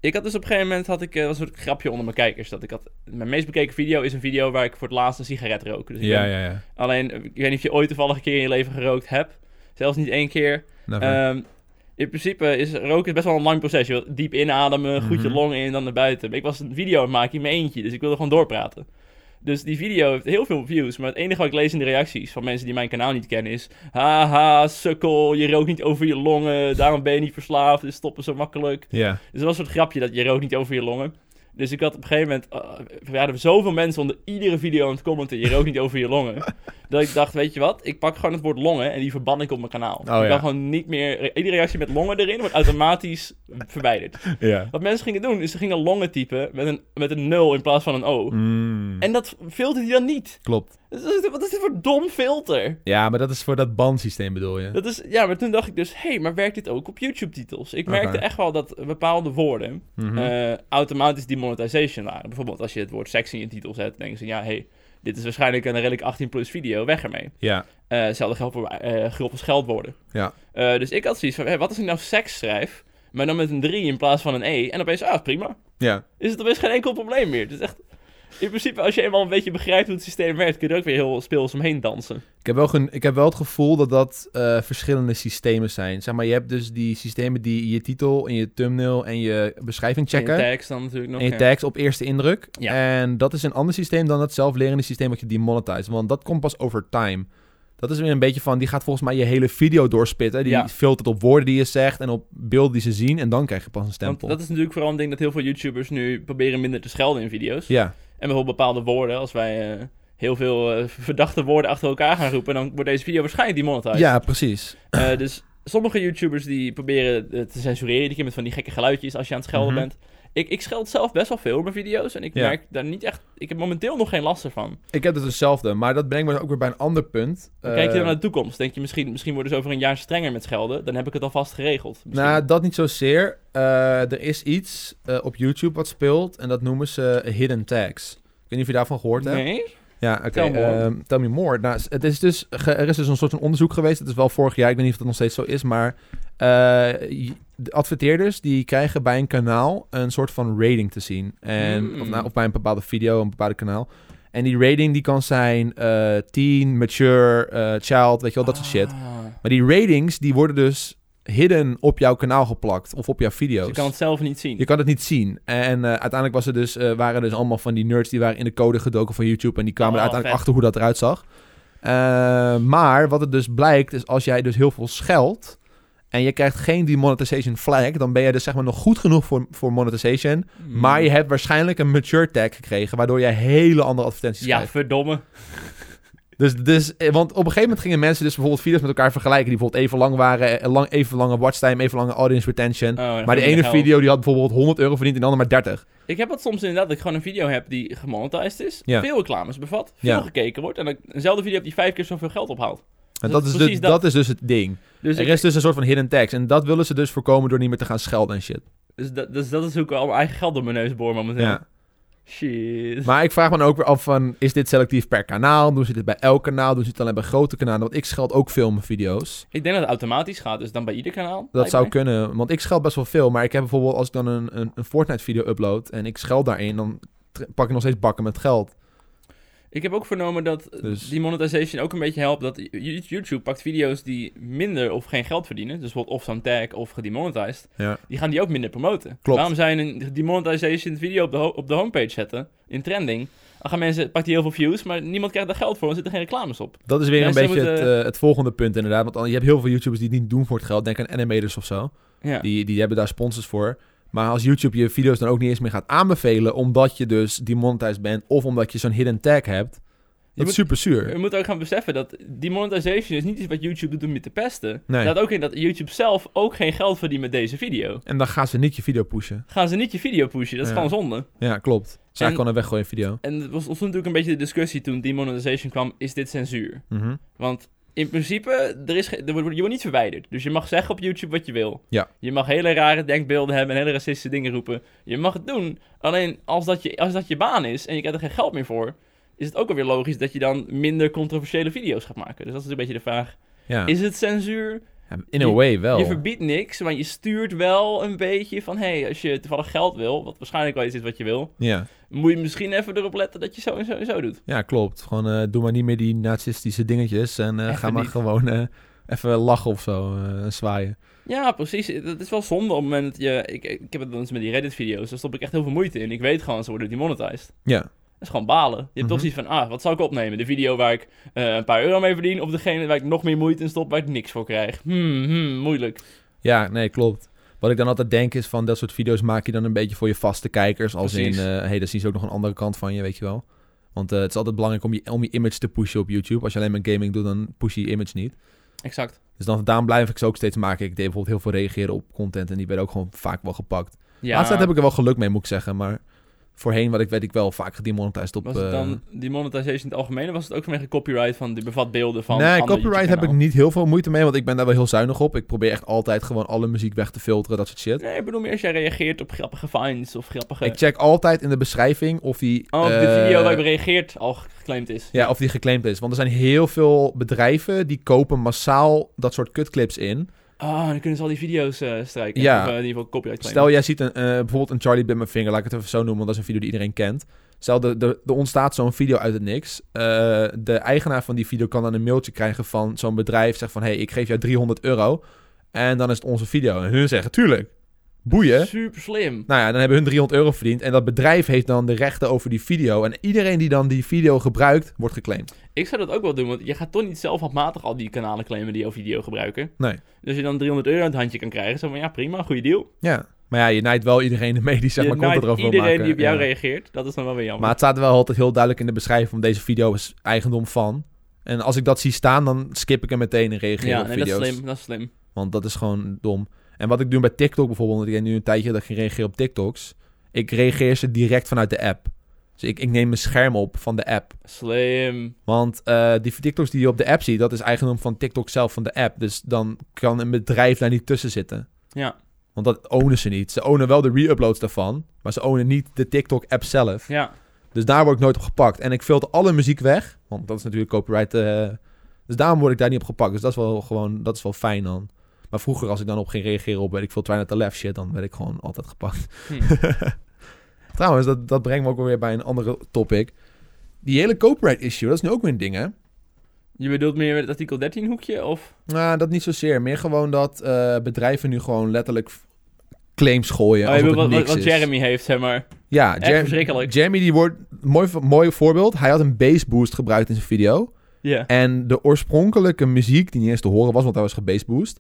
Ik had dus op een gegeven moment een soort grapje onder mijn kijkers. Dat ik had, mijn meest bekeken video is een video waar ik voor het laatst een sigaret rook. Dus Ja. Alleen, ik weet niet of je ooit toevallig een keer in je leven gerookt hebt. Zelfs niet 1 keer. In principe is roken best wel een lang proces. Je wilt diep inademen, goed je longen in en dan naar buiten. Maar ik was een video aan het maken in mijn eentje, dus ik wilde gewoon doorpraten. Dus die video heeft heel veel views. Maar het enige wat ik lees in de reacties van mensen die mijn kanaal niet kennen is... Haha, sukkel, je rookt niet over je longen. Daarom ben je niet verslaafd, dus stoppen zo makkelijk. Ja. Dus dat was een soort grapje dat je rookt niet over je longen. Dus ik had op een gegeven moment... we hadden zoveel mensen onder iedere video aan het commenten... Je rookt niet over je longen. Dat ik dacht, weet je wat? Ik pak gewoon het woord longen en die verban ik op mijn kanaal. Ik kan gewoon niet meer... Iedere reactie met longen erin wordt automatisch verwijderd. Ja. Wat mensen gingen doen, is ze gingen longen typen met een 0 in plaats van een O. En dat filterde hij dan niet. Klopt. Wat is dit voor dom filter? Ja, maar dat is voor dat bansysteem bedoel je? Dat is, ja, maar toen dacht ik dus... maar werkt dit ook op YouTube-titels? Ik merkte echt wel dat bepaalde woorden... automatisch demonetization waren. Bijvoorbeeld als je het woord seks in je titel zet... denken ze, ja, dit is waarschijnlijk een redelijk 18+ video, weg ermee. Ja. Hetzelfde geldt voor grove scheldwoorden. Ja. Dus ik had zoiets van, wat als ik nou seks schrijf... maar dan met een 3 in plaats van een E... en opeens, prima. Ja. Is het opeens geen enkel probleem meer. Het is echt... In principe, als je eenmaal een beetje begrijpt hoe het systeem werkt... kun je er ook weer heel speels omheen dansen. Ik heb wel het gevoel dat verschillende systemen zijn. Zeg maar, je hebt dus die systemen die je titel en je thumbnail en je beschrijving checken. En je tags dan natuurlijk nog. En je tags op eerste indruk. Ja. En dat is een ander systeem dan het zelflerende systeem wat je demonetize. Want dat komt pas over time. Dat is weer een beetje van, die gaat volgens mij je hele video doorspitten. Die filtert op woorden die je zegt en op beelden die ze zien. En dan krijg je pas een stempel. Want dat is natuurlijk vooral een ding dat heel veel YouTubers nu proberen minder te schelden in video's. Ja. En bijvoorbeeld bepaalde woorden, als wij heel veel verdachte woorden achter elkaar gaan roepen... dan wordt deze video waarschijnlijk demonetized. Ja, precies. Dus sommige YouTubers die proberen te censureren... die keer met van die gekke geluidjes als je aan het schelden bent... Ik scheld zelf best wel veel op mijn video's en ik merk daar niet echt... Ik heb momenteel nog geen last ervan. Ik heb het hetzelfde, maar dat brengt me ook weer bij een ander punt. Kijk je dan naar de toekomst? Denk je misschien worden ze over een jaar strenger met schelden? Dan heb ik het alvast geregeld. Misschien. Nou, dat niet zozeer. Er is iets op YouTube wat speelt en dat noemen ze hidden tags. Ik weet niet of je daarvan gehoord hebt. Nee? Ja, oké. Tell me more. Nou, er is dus een soort van onderzoek geweest. Het is wel vorig jaar. Ik weet niet of dat nog steeds zo is. Maar de adverteerders die krijgen bij een kanaal een soort van rating te zien. Of bij een bepaalde video, een bepaald kanaal. En die rating die kan zijn teen, mature, child, weet je wel, dat soort shit. Maar die ratings die worden dus hidden op jouw kanaal geplakt of op jouw video's. Dus je kan het zelf niet zien. Je kan het niet zien. En uiteindelijk waren er dus allemaal van die nerds die waren in de code gedoken van YouTube en die kwamen er uiteindelijk achter hoe dat eruit zag. Maar wat het dus blijkt is als jij dus heel veel scheldt en je krijgt geen demonetization flag, dan ben je dus zeg maar nog goed genoeg voor monetization. Maar je hebt waarschijnlijk een mature tag gekregen, waardoor jij hele andere advertenties krijgt. Ja, verdomme. Dus, want op een gegeven moment gingen mensen dus bijvoorbeeld video's met elkaar vergelijken die bijvoorbeeld even lang waren, even lange watchtime, even lange audience retention. Maar de ene video die had bijvoorbeeld €100 verdiend en de andere maar 30. Ik heb het soms inderdaad dat ik gewoon een video heb die gemonetized is, veel reclames bevat, veel gekeken wordt en dat ik eenzelfde video heb die 5 keer zoveel geld ophaalt. En dat is dus het ding. Dus er is dus een soort van hidden tags en dat willen ze dus voorkomen door niet meer te gaan schelden en shit. Dus dat is hoe ik al mijn eigen geld door mijn neus boor momenteel. Ja. Shit. Maar ik vraag me dan ook weer af van, is dit selectief per kanaal? Doen ze dit bij elk kanaal? Doen ze het alleen bij grote kanalen? Want ik scheld ook veel in mijn video's. Ik denk dat het automatisch gaat, dus dan bij ieder kanaal. Dat zou kunnen, want ik scheld best wel veel. Maar ik heb bijvoorbeeld, als ik dan een Fortnite video upload en ik scheld daarin, dan pak ik nog steeds bakken met geld. Ik heb ook vernomen dat die monetization ook een beetje helpt. Dat YouTube pakt video's die minder of geen geld verdienen. Dus bijvoorbeeld of zo'n tag of gedemonetized. Ja. Die gaan die ook minder promoten. Klopt. Waarom zou je een demonetization video op de homepage zetten? In trending. Dan gaan mensen, pakt die heel veel views, maar niemand krijgt daar geld voor. Dan zitten geen reclames op. Dat is weer een beetje het volgende punt inderdaad. Want je hebt heel veel YouTubers die het niet doen voor het geld. Denk aan animators of zo. Ja. Die hebben daar sponsors voor. Maar als YouTube je video's dan ook niet eens meer gaat aanbevelen, omdat je dus demonetized bent of omdat je zo'n hidden tag hebt, dat is super zuur. Je moet ook gaan beseffen dat demonetization is niet iets wat YouTube doet om je te pesten. Nee. Dat ook in dat YouTube zelf ook geen geld verdient met deze video. En dan gaan ze niet je video pushen. Dat is gewoon zonde. Ja, klopt. Ze eigenlijk gewoon een weggooien video. En het was natuurlijk een beetje de discussie toen demonetization kwam, is dit censuur? Mm-hmm. Want in principe, je wordt niet verwijderd. Dus je mag zeggen op YouTube wat je wil. Ja. Je mag hele rare denkbeelden hebben en hele racistische dingen roepen. Je mag het doen. Alleen als dat je baan is en je krijgt er geen geld meer voor, is het ook alweer logisch dat je dan minder controversiële video's gaat maken. Dus dat is een beetje de vraag. Ja. Is het censuur? Ja, in a way wel. Je verbiedt niks, maar je stuurt wel een beetje van... als je toevallig geld wil, wat waarschijnlijk wel iets is wat je wil... Ja. Moet je misschien even erop letten dat je zo en zo doet. Ja, klopt. Gewoon doe maar niet meer die nazistische dingetjes. En ga maar niet. gewoon even lachen of zo. Zwaaien. Ja, precies. Het is wel zonde op het moment dat je... Ik heb het dan eens met die Reddit-video's. Daar stop ik echt heel veel moeite in. Ik weet gewoon, ze worden demonetized. Ja. Dat is gewoon balen. Je hebt toch zoiets van, wat zou ik opnemen? De video waar ik een paar euro mee verdien... of degene waar ik nog meer moeite in stop, waar ik niks voor krijg? Moeilijk. Ja, nee, klopt. Wat ik dan altijd denk is van dat soort video's maak je dan een beetje voor je vaste kijkers. Als Precies. in, dan zien ze ook nog een andere kant van je, weet je wel. Want het is altijd belangrijk om je image te pushen op YouTube. Als je alleen maar gaming doet, dan push je je image niet. Exact. Dus daarom blijf ik ze ook steeds maken. Ik deed bijvoorbeeld heel veel reageren op content en die werden ook gewoon vaak wel gepakt. Ja. Laatst tijd heb ik er wel geluk mee, moet ik zeggen. Maar voorheen werd ik wel vaak gedemonetized op... Was het dan die monetization in het algemeen? Of was het ook vanwege copyright van die bevat beelden van... Nee, andere copyright heb ik YouTube-kanaal? niet heel veel moeite mee, want ik ben daar wel heel zuinig op. Ik probeer echt altijd gewoon alle muziek weg te filteren, dat soort shit. Nee, ik bedoel meer als jij reageert op grappige finds of grappige... Ik check altijd in de beschrijving of die... de video waar je reageert al geclaimd is. Ja, of die geclaimd is. Want er zijn heel veel bedrijven die kopen massaal dat soort kutclips in. Dan kunnen ze al die video's strijken. Ja. Of in ieder geval copyright claimen. Stel, jij ziet bijvoorbeeld een Charlie Bit My Finger, laat ik het even zo noemen, want dat is een video die iedereen kent. Stel, er ontstaat zo'n video uit het niks. De eigenaar van die video kan dan een mailtje krijgen van zo'n bedrijf. Zegt van, ik geef jou €300. En dan is het onze video. En hun zeggen, tuurlijk, boeien. Super slim. Nou ja, dan hebben hun €300 verdiend. En dat bedrijf heeft dan de rechten over die video. En iedereen die dan die video gebruikt, wordt geclaimd. Ik zou dat ook wel doen, want je gaat toch niet zelf handmatig al die kanalen claimen die jouw video gebruiken. Nee. Dus als je dan €300 in het handje kan krijgen, zo van ja, prima, goede deal. Ja. Maar ja, je naait wel iedereen ermee die zeg maar Je content naait erover wil maken. iedereen die op jou Ja. reageert, dat is dan wel weer jammer. Maar het staat wel altijd heel duidelijk in de beschrijving van deze video is eigendom van. En als ik dat zie staan, dan skip ik hem meteen en reageer op video's. Dat is slim. Want dat is gewoon dom. En wat ik doe bij TikTok bijvoorbeeld, want ik heb nu een tijdje dat ik geen reageer op TikToks. Ik reageer ze direct vanuit de app. Dus ik neem mijn scherm op van de app. Slim. Want die TikToks die je op de app ziet, dat is eigendom van TikTok zelf, van de app. Dus dan kan een bedrijf daar niet tussen zitten. Ja. Want dat ownen ze niet. Ze ownen wel de re-uploads daarvan, maar ze ownen niet de TikTok-app zelf. Ja. Dus daar word ik nooit op gepakt. En ik filter alle muziek weg, want dat is natuurlijk copyright. Dus daarom word ik daar niet op gepakt. Dus dat is wel fijn dan. Maar vroeger, als ik dan op ging reageren op, weet ik veel, Twilight the Left shit, dan werd ik gewoon altijd gepakt. Trouwens, dat brengt me ook weer bij een andere topic. Die hele copyright issue, dat is nu ook weer een ding, hè? Je bedoelt meer met het artikel 13 hoekje, of? Nou, dat niet zozeer. Meer gewoon dat bedrijven nu gewoon letterlijk claims gooien. Oh, alsof het wat niks is. Jeremy heeft, zeg maar. Ja, Echt verschrikkelijk. Jeremy, die wordt... Mooi voorbeeld. Hij had een bass boost gebruikt in zijn video. Ja. En de oorspronkelijke muziek, die niet eens te horen was, want hij was gebase boost.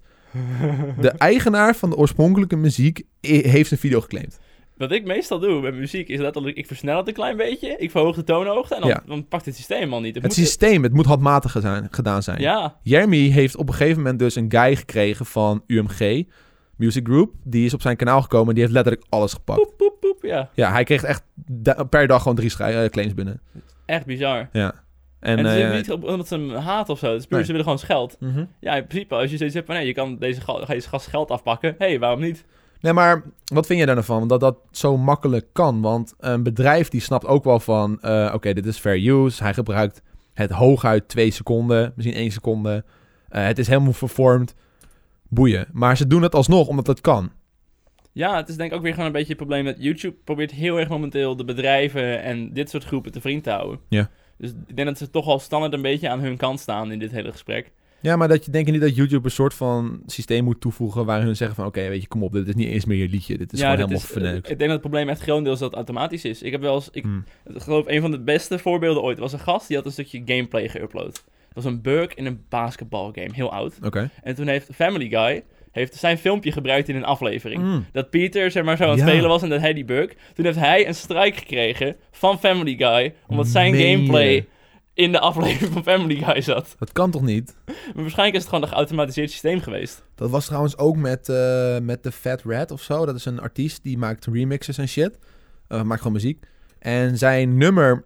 De eigenaar van de oorspronkelijke muziek heeft zijn video geclaimd. Wat ik meestal doe met muziek is letterlijk, ik versnel het een klein beetje, ik verhoog de toonhoogte en dan pakt het systeem al niet. Het moet handmatig gedaan zijn. Ja. Jeremy heeft op een gegeven moment dus een guy gekregen van UMG, Music Group. Die is op zijn kanaal gekomen en die heeft letterlijk alles gepakt. Poep, poep, poep, ja. Ja, hij kreeg echt per dag gewoon 3 claims binnen. Echt bizar. Ja. En het is niet omdat ze hem haat of zo. Het is puur, Nee. ze willen gewoon scheld. Mhm. Ja, in principe, als je zoiets hebt van, je kan deze gast geld afpakken. Waarom niet? Nee, maar wat vind jij daar nou van? Want dat zo makkelijk kan. Want een bedrijf die snapt ook wel van... Oké, dit is fair use. Hij gebruikt het hooguit 2 seconden. Misschien 1 seconde. Het is helemaal vervormd. Boeien. Maar ze doen het alsnog omdat het kan. Ja, het is denk ik ook weer gewoon een beetje het probleem dat YouTube probeert heel erg momenteel de bedrijven en dit soort groepen te vriend te houden. Ja. Dus ik denk dat ze toch al standaard een beetje aan hun kant staan in dit hele gesprek. Ja, maar denk je niet dat YouTube een soort van systeem moet toevoegen... waar hun zeggen van... Oké, weet je, kom op. Dit is niet eens meer je liedje. Dit is gewoon helemaal verneukt. Ik denk dat het probleem echt grotendeels dat het automatisch is. Ik heb wel eens... Ik geloof een van de beste voorbeelden ooit. Er was een gast die had een stukje gameplay geüpload. Dat was een bug in een basketbalgame. Heel oud. Oké. En toen heeft Family Guy... heeft zijn filmpje gebruikt in een aflevering. Dat Peter zeg maar zo aan het spelen was en dat hij die bug. Toen heeft hij een strike gekregen van Family Guy, omdat zijn gameplay in de aflevering van Family Guy zat. Dat kan toch niet? Maar waarschijnlijk is het gewoon een geautomatiseerd systeem geweest. Dat was trouwens ook met de Fat Rat of zo. Dat is een artiest die maakt remixes en shit. Maakt gewoon muziek. En zijn nummer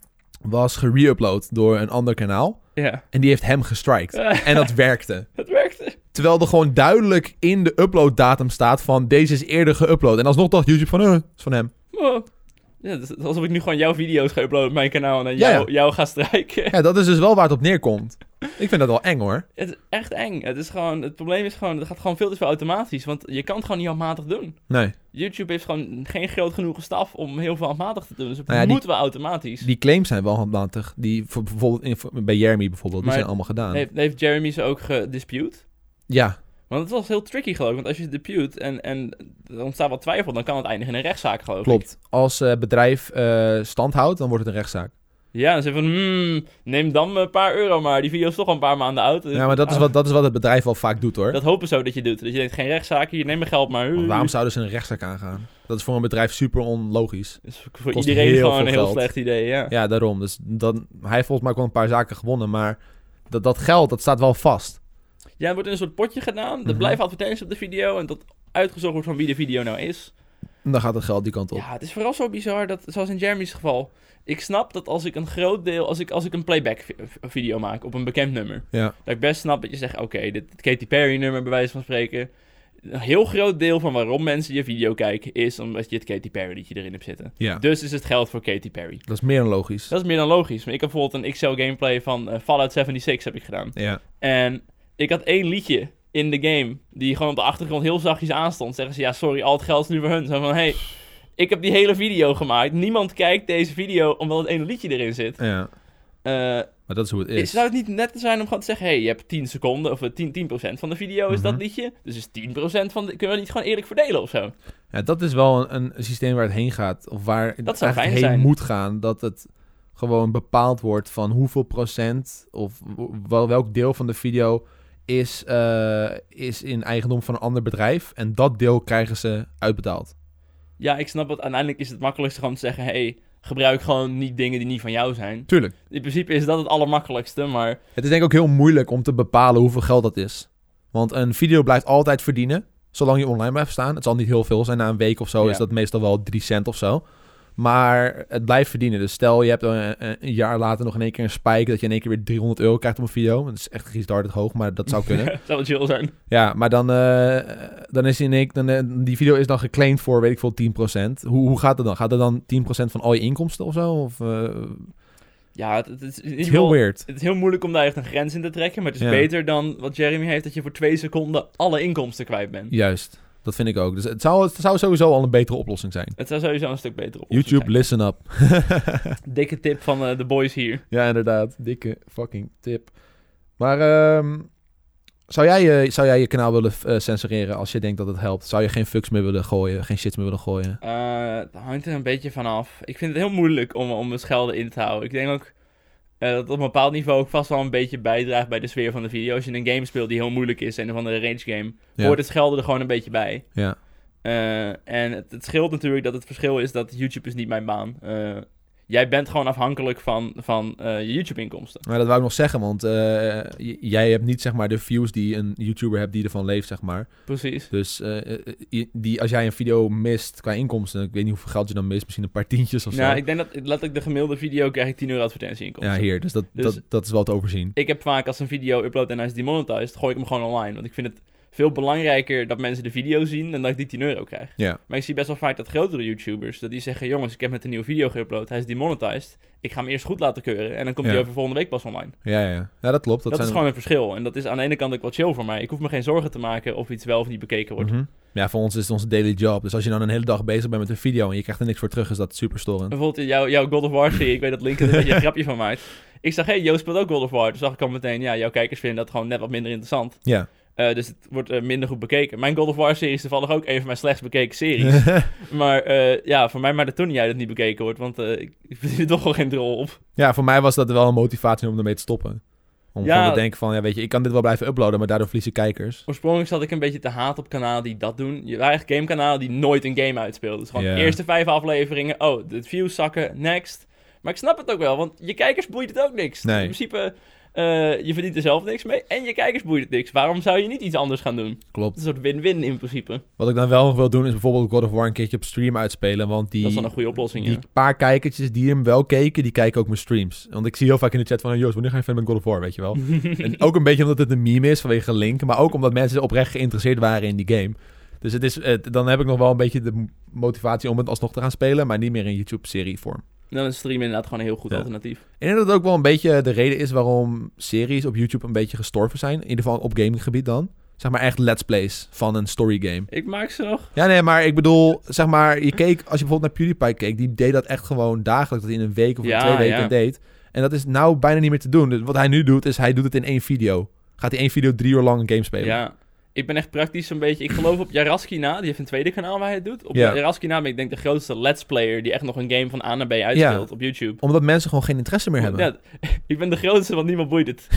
was gere-upload door een ander kanaal. Ja. En die heeft hem gestrikt. En dat werkte. Het werkte. Terwijl er gewoon duidelijk in de uploaddatum staat van... deze is eerder geüpload. En alsnog dacht YouTube van... het is van hem. Oh. Ja, het is alsof ik nu gewoon jouw video's ga uploaden op mijn kanaal... en dan jou ga strijken. Ja, dat is dus wel waar het op neerkomt. Ik vind dat wel eng, hoor. Het is echt eng. Het probleem is gewoon, het gaat gewoon veel te veel automatisch. Want je kan het gewoon niet handmatig doen. Nee. YouTube heeft gewoon geen groot genoeg staf om heel veel handmatig te doen. Dus het Nou ja, moet wel automatisch. Die claims zijn wel handmatig. Die bijvoorbeeld bij Jeremy bijvoorbeeld, die Maar zijn allemaal gedaan. Heeft Jeremy ze ook gedispute? Ja. Want het was heel tricky, geloof ik. Want als je dispute en er ontstaat wat twijfel, dan kan het eindigen in een rechtszaak, geloof ik. Klopt. Als bedrijf stand houdt, dan wordt het een rechtszaak. Ja, dan zeg je van, neem dan een paar euro maar. Die video is toch al een paar maanden oud. Ja, maar dat is wat het bedrijf wel vaak doet, hoor. Dat hopen ze zo dat je doet. Dat je denkt, geen rechtszaak, hier, neem mijn geld maar. Want waarom zouden ze een rechtszaak aangaan? Dat is voor een bedrijf super onlogisch. Dus voor Kost iedereen heel gewoon veel een heel geld. slecht idee, ja. Ja, daarom. Dus hij heeft volgens mij ook wel een paar zaken gewonnen, maar dat geld, dat staat wel vast. Ja, er wordt in een soort potje gedaan. Er Mhm. blijven advertenties op de video en dat uitgezocht wordt van wie de video nou is. En dan gaat het geld die kant op. Ja, het is vooral zo bizar dat, zoals in Jeremy's geval, ik snap dat als ik een groot deel, als ik een playback video maak op een bekend nummer, Ja. dat ik best snap dat je zegt, oké, dit Katy Perry nummer bij wijze van spreken, een heel groot deel van waarom mensen je video kijken is omdat je het Katy Perry liedje erin hebt zitten. Ja. Dus is het geld voor Katy Perry. Dat is meer dan logisch. Dat is meer dan logisch. Maar ik heb bijvoorbeeld een XL gameplay van Fallout 76 heb ik gedaan. Ja. En ik had 1 liedje in de game die gewoon op de achtergrond heel zachtjes aanstond. Zeggen ze, ja sorry, al het geld is nu voor hun. Zo van, hey, ik heb die hele video gemaakt. Niemand kijkt deze video omdat het ene liedje erin zit. Ja. Maar dat is hoe het is. Zou het niet net zijn om gewoon te zeggen, hey, je hebt 10 seconden of 10% van de video is dat Mhm. liedje. Dus is 10% van kunnen we niet gewoon eerlijk verdelen of zo? Ja, dat is wel een systeem waar het heen gaat. Of waar het Dat zou eigenlijk fijn heen zijn. moet gaan. Dat het gewoon bepaald wordt van hoeveel procent of welk deel van de video is in eigendom van een ander bedrijf. En dat deel krijgen ze uitbetaald. Ja, ik snap het. Uiteindelijk is het makkelijkste gewoon te zeggen, hey, gebruik gewoon niet dingen die niet van jou zijn. Tuurlijk. In principe is dat het allermakkelijkste, maar Het is denk ik ook heel moeilijk om te bepalen hoeveel geld dat is. Want een video blijft altijd verdienen, zolang je online blijft staan. Het zal niet heel veel zijn, na een week of zo Ja. is dat meestal wel 3 cent of zo. Maar het blijft verdienen. Dus stel je hebt een jaar later nog in één keer een spike dat je in één keer weer €300 krijgt op een video. Dat is echt retarded hoog, maar dat zou kunnen. zou het chill zijn. Ja, maar dan is die video is dan geclaimd voor, weet ik veel, 10%. Hoe gaat het dan? Gaat het dan 10% van al je inkomsten of zo? Of, Ja, het is in ieder het is geval- heel weird. Het is heel moeilijk om daar echt een grens in te trekken, maar het is Ja. beter dan wat Jeremy heeft, dat je voor 2 seconden alle inkomsten kwijt bent. Juist, dat vind ik ook. Dus het zou sowieso al een betere oplossing zijn. Het zou sowieso een stuk beter oplossing YouTube, listen up. zijn. Dikke tip van de boys hier. Ja, inderdaad. Dikke fucking tip. Maar zou jij je kanaal willen censureren als je denkt dat het helpt? Zou je geen fucks meer willen gooien? Geen shits meer willen gooien? Het hangt er een beetje van af. Ik vind het heel moeilijk om mijn schelden in te houden. Ik denk ook dat het op een bepaald niveau ook vast wel een beetje bijdraagt bij de sfeer van de video. Als je een game speelt die heel moeilijk is, een of andere rage game, Ja. hoort het schelden er gewoon een beetje bij. Ja. En het scheelt natuurlijk dat het verschil is dat YouTube is niet mijn baan. Jij bent gewoon afhankelijk van je YouTube-inkomsten. Maar dat wou ik nog zeggen, want jij hebt niet zeg maar de views die een YouTuber hebt die ervan leeft, zeg maar. Precies. Dus als jij een video mist qua inkomsten, ik weet niet hoeveel geld je dan mist, misschien een paar tientjes of zo. Nou, ik denk dat letterlijk de gemiddelde video krijg ik 10 euro advertentieinkomsten. Ja, hier. Dus Dus- dat is wel te overzien. Ik heb vaak als een video upload en hij is demonetized, gooi ik hem gewoon online. Want ik vind het veel belangrijker dat mensen de video zien dan dat ik die 10 euro krijg. Ja. Maar ik zie best wel vaak dat grotere YouTubers, dat die zeggen, jongens, ik heb met een nieuwe video geüpload, hij is demonetized. Ik ga hem eerst goed laten keuren en dan komt hij Ja. over volgende week pas online. Ja, dat klopt. Dat is gewoon een verschil. En dat is aan de ene kant ook wel chill voor mij. Ik hoef me geen zorgen te maken of iets wel of niet bekeken wordt. Mhm. Ja, voor ons is het onze daily job. Dus als je dan een hele dag bezig bent met een video en je krijgt er niks voor terug, is dat super storend. Bijvoorbeeld jouw God of War serie, ik weet dat Link er een beetje een grapje van maakt. Ik zag, hey, Joost speelt ook God of War. Toen zag ik al meteen, ja, jouw kijkers vinden dat gewoon net wat minder interessant. Ja. Dus het wordt minder goed bekeken. Mijn God of War serie is toevallig ook een van mijn slechtst bekeken series. Maar ja, voor mij maakt het toen niet uit dat het niet bekeken wordt. Want ik verdien er toch wel geen drol op. Ja, voor mij was dat wel een motivatie om ermee te stoppen. Om Ja. gewoon te denken van, ja, weet je, ik kan dit wel blijven uploaden, maar daardoor verlies ik kijkers. Oorspronkelijk zat ik een beetje te haat op kanalen die dat doen. Je waren eigenlijk gamekanalen die nooit een game uitspeelden. Dus gewoon Ja. de eerste 5 afleveringen. Oh, de views zakken, next. Maar ik snap het ook wel, want je kijkers boeit het ook niks. Nee. In principe, je verdient er zelf niks mee en je kijkers boeit het niks. Waarom zou je niet iets anders gaan doen? Het Klopt. is een soort win-win in principe. Wat ik dan wel nog wil doen, is bijvoorbeeld God of War een keertje op stream uitspelen, want Dat is dan een goede oplossing, die ja. paar kijkertjes die hem wel keken, die kijken ook mijn streams. Want ik zie heel vaak in de chat van, Joost, wanneer ga je verder met God of War, weet je wel? En ook een beetje omdat het een meme is vanwege Link, maar ook omdat mensen oprecht geïnteresseerd waren in die game. Dus dan heb ik nog wel een beetje de motivatie om het alsnog te gaan spelen, maar niet meer in YouTube-serie vorm. Dan is streamen inderdaad gewoon een heel goed alternatief. Ik denk dat het ook wel een beetje de reden is waarom series op YouTube een beetje gestorven zijn. In ieder geval op gaminggebied dan. Zeg maar echt let's plays van een story game. Ik maak ze nog. Ja, nee, maar ik bedoel, zeg maar, je keek, als je bijvoorbeeld naar PewDiePie keek, die deed dat echt gewoon dagelijks, dat hij in een week of in 2 weken deed. En dat is nou bijna niet meer te doen. Dus wat hij nu doet, is hij doet het in 1 video. Gaat hij 1 video 3 uur lang een game spelen. Ja, ik ben echt praktisch een beetje... Ik geloof op Jaraskina, die heeft een tweede kanaal waar hij het doet. Op Jaraskina ben ik denk de grootste let's player die echt nog een game van A naar B uitspeelt op YouTube. Omdat mensen gewoon geen interesse meer hebben. Ja, ik ben de grootste, want niemand boeit het.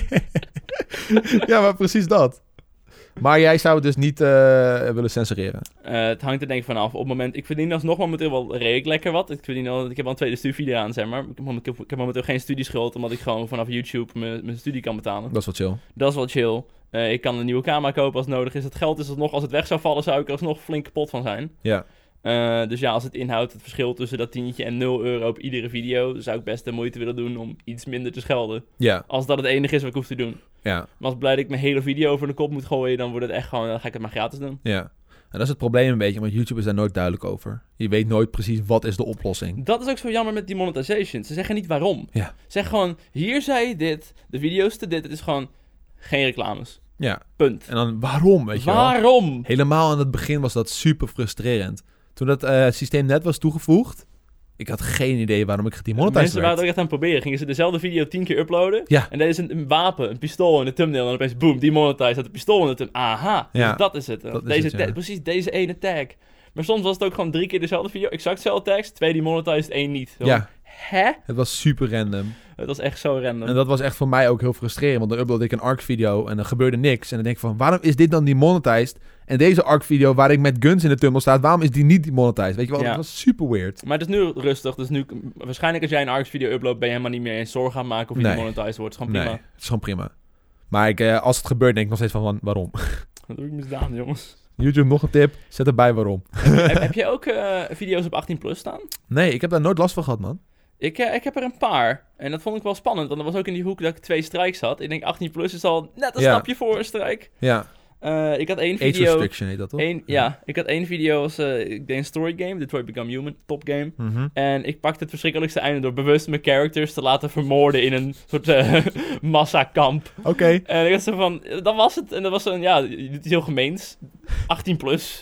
Ja, maar precies dat. Maar jij zou het dus niet willen censureren? Het hangt er denk ik vanaf. Op het moment... Ik verdien alsnog momenteel wel redelijk lekker wat. Ik heb al een tweede studie aan, zeg maar. Ik heb momenteel geen studieschuld, omdat ik gewoon vanaf YouTube mijn studie kan betalen. Dat is wel chill. Dat is wel chill. Ik kan een nieuwe camera kopen als nodig is. Het geld is alsnog, als het weg zou vallen, zou ik er alsnog flink kapot van zijn. Ja. Dus ja, als het inhoudt het verschil tussen dat tientje en €0 op iedere video, zou ik best de moeite willen doen om iets minder te schelden. Ja. Als dat het enige is wat ik hoef te doen. Ja. Maar als blij dat ik mijn hele video over de kop moet gooien, dan wordt het echt gewoon, dan ga ik het maar gratis doen. Ja. En dat is het probleem een beetje, want YouTube is daar nooit duidelijk over. Je weet nooit precies wat is de oplossing. Dat is ook zo jammer met die monetization. Ze zeggen niet waarom. Ja. Ze zeggen gewoon, hier zei je dit, de video's te dit. Het is gewoon geen reclames. Ja. Punt. En dan waarom, weet je wel? Waarom? Helemaal aan het begin was dat super frustrerend. Toen dat systeem net was toegevoegd, ik had geen idee waarom ik gedemonetized Mensen waren het ook echt aan het proberen. Gingen ze dezelfde video 10 keer uploaden. Ja. En deden ze een wapen, een pistool in de thumbnail. En dan opeens, boom, demonetized. Had de pistool in de thumbnail. Aha, Ja. dus dat is het. Dat is het, ja. Precies deze ene tag. Maar soms was het ook gewoon 3 keer dezelfde video. Exact dezelfde tekst. 2 demonetized, 1 niet. Zo, Ja. Hè? Het was super random. Het was echt zo random. En dat was echt voor mij ook heel frustrerend. Want dan upload ik een ARC-video en er gebeurde niks. En dan denk ik van, waarom is dit dan demonetized? En deze ARC-video waar ik met guns in de tunnel staat, waarom is die niet demonetized? Weet je wel, Ja. dat was super weird. Maar het is nu rustig. Dus nu, waarschijnlijk als jij een ARX-video uploadt, ben je helemaal niet meer eens zorgen gaan maken of je Nee. demonetized wordt. Het is gewoon prima. Nee, het is gewoon prima. Maar als het gebeurt, denk ik nog steeds van waarom? Dat heb ik misdaan, jongens. YouTube, nog een tip. Zet erbij waarom. heb je ook video's op 18 plus staan? Nee, ik heb daar nooit last van gehad, man. Ik heb er een paar. En dat vond ik wel spannend. Want dat was ook in die hoek dat ik 2 strikes had. Ik denk 18 plus is al net een stapje voor een strike. Ja. Ik had 1 Age video... restriction heet dat, toch? Ik had 1 video als... ik deed een story game. Detroit Become Human. Top game. Mhm. En ik pakte het verschrikkelijkste einde door bewust mijn characters te laten vermoorden in een soort massakamp. Oké. En ik was zo van... Dat was het. En dat was zo'n... Ja, dit is heel gemeens. 18 plus.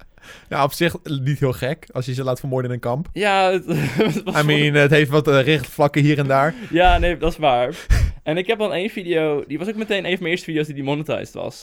Ja, op zich niet heel gek als je ze laat vermoorden in een kamp. Ja, het was Het heeft wat richtvlakken hier en daar. Ja, nee, dat is waar. En ik heb dan 1 video... Die was ook meteen een van mijn eerste video's die demonetized was.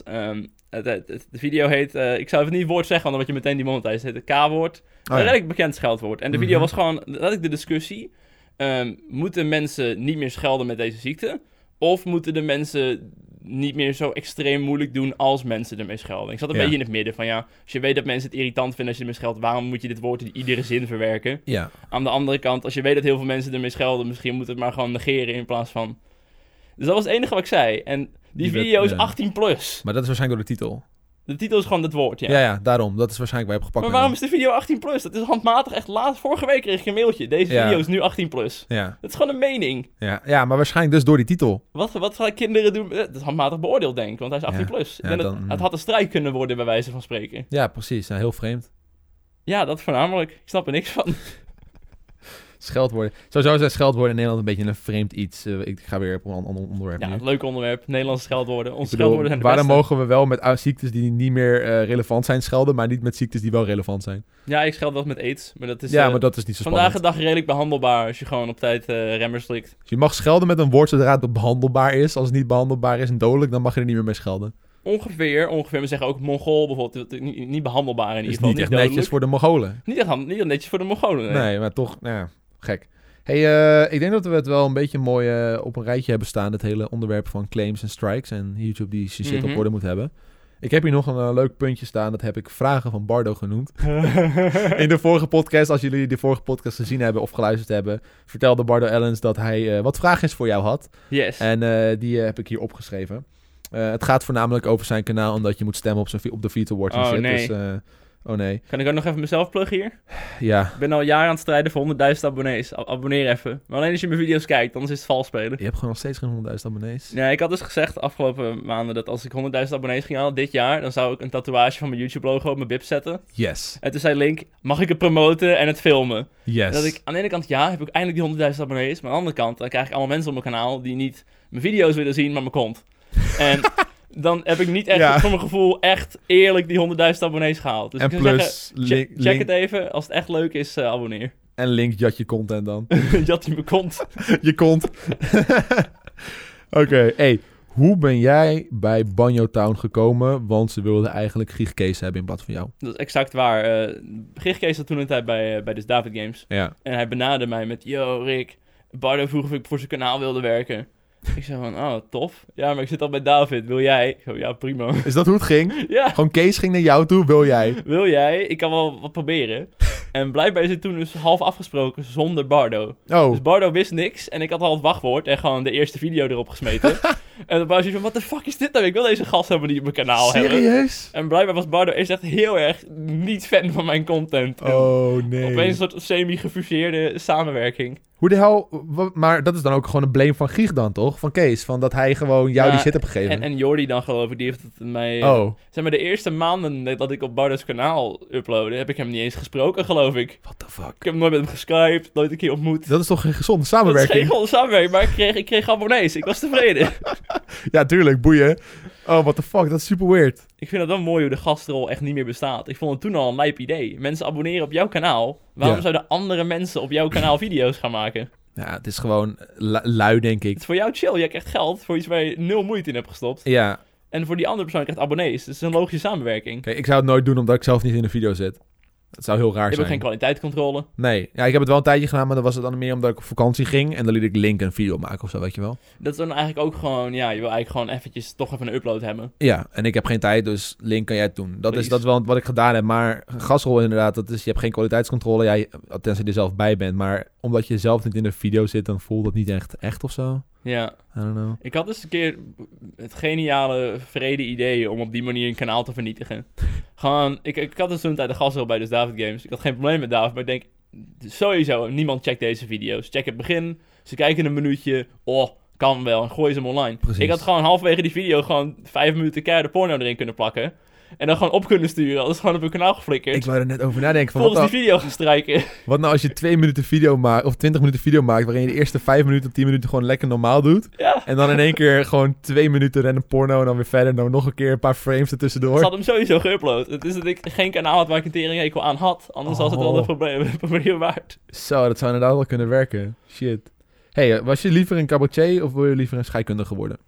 De video heet... ik zou even niet het woord zeggen, want dan word je meteen demonetized. Het heet het K-woord. Een redelijk bekend scheldwoord. En de video was gewoon... Dat had ik de discussie. Moeten mensen niet meer schelden met deze ziekte? Of moeten de mensen niet meer zo extreem moeilijk doen als mensen ermee schelden? Ik zat een beetje in het midden van ja... Als je weet dat mensen het irritant vinden als je ermee scheldt... Waarom moet je dit woord in iedere zin verwerken? Ja. Aan de andere kant, als je weet dat heel veel mensen ermee schelden... Misschien moet het maar gewoon negeren in plaats van... Dus dat was het enige wat ik zei. En die video is 18 plus. Maar dat is waarschijnlijk door de titel. De titel is gewoon het woord, ja. Ja, daarom. Dat is waarschijnlijk waar je hebt gepakt. Maar waarom is de video 18 plus? Dat is handmatig echt vorige week kreeg ik een mailtje. Deze video is nu 18 plus. Ja. Dat is gewoon een mening. Ja, maar waarschijnlijk dus door die titel. Wat gaan kinderen doen? Dat is handmatig beoordeeld, denk ik. Want hij is 18 plus. Het had een strijd kunnen worden, bij wijze van spreken. Ja, precies. Ja, heel vreemd. Ja, dat voornamelijk. Ik snap er niks van. Scheldwoorden. Sowieso zijn scheldwoorden in Nederland een beetje een vreemd iets. Ik ga weer op een ander onderwerp Ja, nu. leuk onderwerp. Nederlandse scheldwoorden. Onze scheldwoorden zijn de waarom beste. mogen we wel met ziektes die niet meer relevant zijn schelden, maar niet met ziektes die wel relevant zijn? Ja, ik scheld wel met aids. Maar dat is, maar dat is niet zo vandaag spannend. de dag redelijk behandelbaar als je gewoon op tijd remmers slikt. Dus je mag schelden met een woord zodra het behandelbaar is. Als het niet behandelbaar is en dodelijk, dan mag je er niet meer mee schelden. Ongeveer. We zeggen ook Mongool bijvoorbeeld. Niet behandelbaar in ieder Is geval. niet echt netjes voor de Mongolen. Niet echt netjes voor de Mongolen. Nee, maar toch, gek. Hey, ik denk dat we het wel een beetje mooi op een rijtje hebben staan. Het hele onderwerp van claims en strikes. En YouTube die zijn shit op orde moet hebben. Ik heb hier nog een leuk puntje staan. Dat heb ik vragen van Bardo genoemd. In de vorige podcast, als jullie de vorige podcast gezien hebben of geluisterd hebben, vertelde Bardo Ellens dat hij wat vragen voor jou had. Yes. En die heb ik hier opgeschreven. Het gaat voornamelijk over zijn kanaal, omdat je moet stemmen op de Vita Watch en shit. Nee. Dus Oh nee. Kan ik ook nog even mezelf pluggen hier? Ja. Ik ben al jaren aan het strijden voor 100.000 abonnees. Abonneer even. Maar alleen als je mijn video's kijkt, anders is het vals spelen. Je hebt gewoon nog steeds geen 100.000 abonnees. Ja, ik had dus gezegd de afgelopen maanden dat als ik 100.000 abonnees ging halen dit jaar, dan zou ik een tatoeage van mijn YouTube-logo op mijn bib zetten. Yes. En toen zei Link, mag ik het promoten en het filmen? Yes. En dat ik aan de ene kant, ja, heb ik eindelijk die 100.000 abonnees. Maar aan de andere kant, dan krijg ik allemaal mensen op mijn kanaal die niet mijn video's willen zien, maar mijn kont. En dan heb ik niet echt, voor mijn gevoel, echt eerlijk die 100.000 abonnees gehaald. Dus en ik zou plus, zeggen, check het even. Als het echt leuk is, abonneer. En Link jat je content dan. Jat hij mijn kont. Je kont. Oké, hey. Hoe ben jij bij Banjo Town gekomen? Want ze wilden eigenlijk Gieg Kees hebben in plaats van jou. Dat is exact waar. Gieg Kees zat toen een tijd bij dus David Games. Ja. En hij benaderde mij met, yo Rick, Bardo vroeg of ik voor zijn kanaal wilde werken. Ik zei van, oh, tof. Ja, maar ik zit al bij David. Wil jij? Ik zei, ja, prima. Is dat hoe het ging? Ja. Gewoon Kees ging naar jou toe. Wil jij? Wil jij? Ik kan wel wat proberen. En blijkbaar is het toen dus half afgesproken zonder Bardo. Oh. Dus Bardo wist niks. En ik had al het wachtwoord en gewoon de eerste video erop gesmeten. En dan was hij van, wat de fuck is dit nou? Ik wil deze gast helemaal niet op mijn kanaal hebben. Serieus? En blijkbaar was Bardo eerst echt heel erg niet fan van mijn content. Oh, nee. Opeens een soort semi-gefuseerde samenwerking. Hoe de hel... Maar dat is dan ook gewoon een blame van Gieg dan, toch? Van Kees. Van dat hij gewoon jou die shit heeft gegeven. En Jordi dan, geloof ik, die heeft het mij... Zeg maar, de eerste maanden dat ik op Bardo's kanaal uploadde, heb ik hem niet eens gesproken, geloof ik. What the fuck? Ik heb hem nooit met hem geskyped, nooit een keer ontmoet. Dat is toch geen gezonde samenwerking? Dat is geen gezonde samenwerking, maar ik kreeg abonnees. Ik was tevreden. Ja, tuurlijk. Boeien. Oh, what the fuck. Dat is super weird. Ik vind het wel mooi hoe de gastrol echt niet meer bestaat. Ik vond het toen al een lijp idee. Mensen abonneren op jouw kanaal. Waarom zouden andere mensen op jouw kanaal video's gaan maken? Ja, het is gewoon lui, denk ik. Het is voor jou chill. Jij krijgt geld voor iets waar je 0 moeite in hebt gestopt. Ja. En voor die andere persoon krijgt abonnees. Dus het is een logische samenwerking. Kijk, ik zou het nooit doen omdat ik zelf niet in de video zit. Dat zou heel raar zijn. Je hebt ook geen kwaliteitscontrole. Nee. Ja, ik heb het wel een tijdje gedaan, maar dan was het dan meer omdat ik op vakantie ging. En dan liet ik Link een video maken of zo, weet je wel. Dat is dan eigenlijk ook gewoon... Ja, je wil eigenlijk gewoon eventjes toch even een upload hebben. Ja, en ik heb geen tijd, dus Link kan jij het doen. Dat is wel wat ik gedaan heb. Maar gasrol inderdaad, dat is, je hebt geen kwaliteitscontrole. Ja, tenzij je er zelf bij bent. Maar omdat je zelf niet in de video zit, dan voelt dat niet echt of zo. Ja. I don't know. Ik had dus een keer het geniale, vrede idee om op die manier een kanaal te vernietigen. Gewoon, ik had dus toen een tijd de gastrol bij dus David Games. Ik had geen probleem met David, maar ik denk, sowieso, niemand checkt deze video's. Check het begin, ze kijken een minuutje, oh, kan wel, en gooi ze hem online. Precies. Ik had gewoon halverwege die video gewoon 5 minuten keiharde porno erin kunnen plakken. En dan gewoon op kunnen sturen. Dat is gewoon op hun kanaal geflikkerd. Ik wou er net over nadenken. Van volgens die video gaan strijken. Wat nou als je 2 minuten video maakt, of 20 minuten video maakt, waarin je de eerste 5 minuten, 10 minuten gewoon lekker normaal doet. Ja. En dan in één keer gewoon 2 minuten random porno en dan weer verder. En dan nog een keer een paar frames ertussendoor. Ze had hem sowieso geüpload. Het is dat ik geen kanaal had waar ik een teringhekel aan had. Anders was het wel een probleem waard. Zo, dat zou inderdaad wel kunnen werken. Shit. Hey, was je liever een cabaretier of wil je liever een scheikundige worden?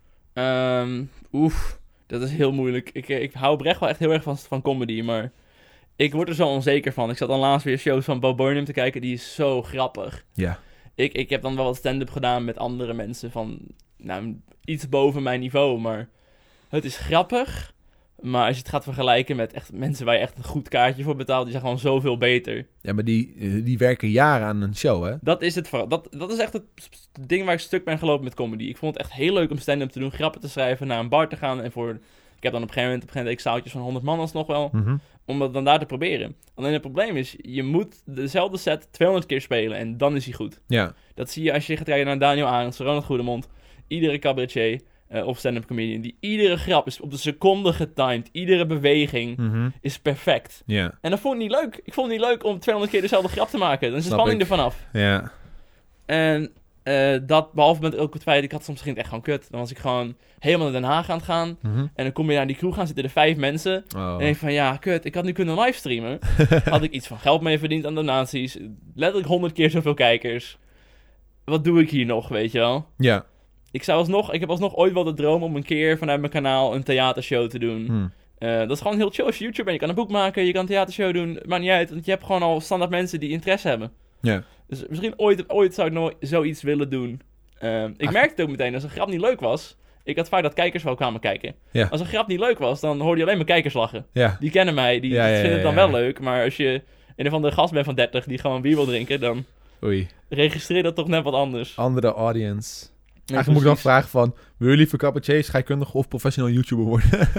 Dat is heel moeilijk. Ik hou oprecht wel echt heel erg van comedy, maar ik word er zo onzeker van. Ik zat dan laatst weer shows van Bo Burnham te kijken, die is zo grappig. Ja. Ik heb dan wel wat stand-up gedaan met andere mensen van, nou, iets boven mijn niveau, maar het is grappig. Maar als je het gaat vergelijken met echt mensen waar je echt een goed kaartje voor betaalt, die zijn gewoon zoveel beter. Ja, maar die werken jaren aan een show, hè? Dat is het. Dat is echt het ding waar ik stuk ben gelopen met comedy. Ik vond het echt heel leuk om stand-up te doen, grappen te schrijven, naar een bar te gaan. En ik heb dan op een gegeven moment zaaltjes van 100 man alsnog wel, om dat dan daar te proberen. Alleen het probleem is, je moet dezelfde set 200 keer spelen en dan is hij goed. Ja. Dat zie je als je gaat kijken naar Daniel Arends, Ronald Goedemond, iedere cabaretier of stand-up comedian, die iedere grap is op de seconde getimed, iedere beweging is perfect. Ja. En dat vond ik niet leuk. Ik vond het niet leuk om 200 keer dezelfde grap te maken. Dan is de spanning er vanaf. Ja. En dat, behalve met ook het feit, ik had soms ging het echt gewoon kut. Dan was ik gewoon helemaal naar Den Haag aan het gaan. En dan kom je naar die crew gaan, zitten er 5 mensen. Oh. En denk van, ja, kut, ik had nu kunnen livestreamen. Had ik iets van geld mee verdiend aan donaties. Letterlijk 100 keer zoveel kijkers. Wat doe ik hier nog, weet je wel? Ja. Ik heb alsnog ooit wel de droom om een keer vanuit mijn kanaal een theatershow te doen. Dat is gewoon heel chill als je YouTuber bent. Je kan een boek maken, je kan een theatershow doen. Maakt niet uit, want je hebt gewoon al standaard mensen die interesse hebben. Ja. Dus misschien ooit zou ik nog zoiets willen doen. Ik merkte ook meteen, als een grap niet leuk was, ik had vaak dat kijkers wel kwamen kijken. Ja. Als een grap niet leuk was, dan hoorde je alleen maar kijkers lachen. Ja. Die kennen mij, die vinden het dan wel leuk. Maar als je een of andere gast bent van 30 die gewoon bier wil drinken, dan registreer dat toch net wat anders. Andere audience. Eigenlijk moet ik dan vragen van... Wil je liever cabaretier, scheikundige of professioneel YouTuber worden?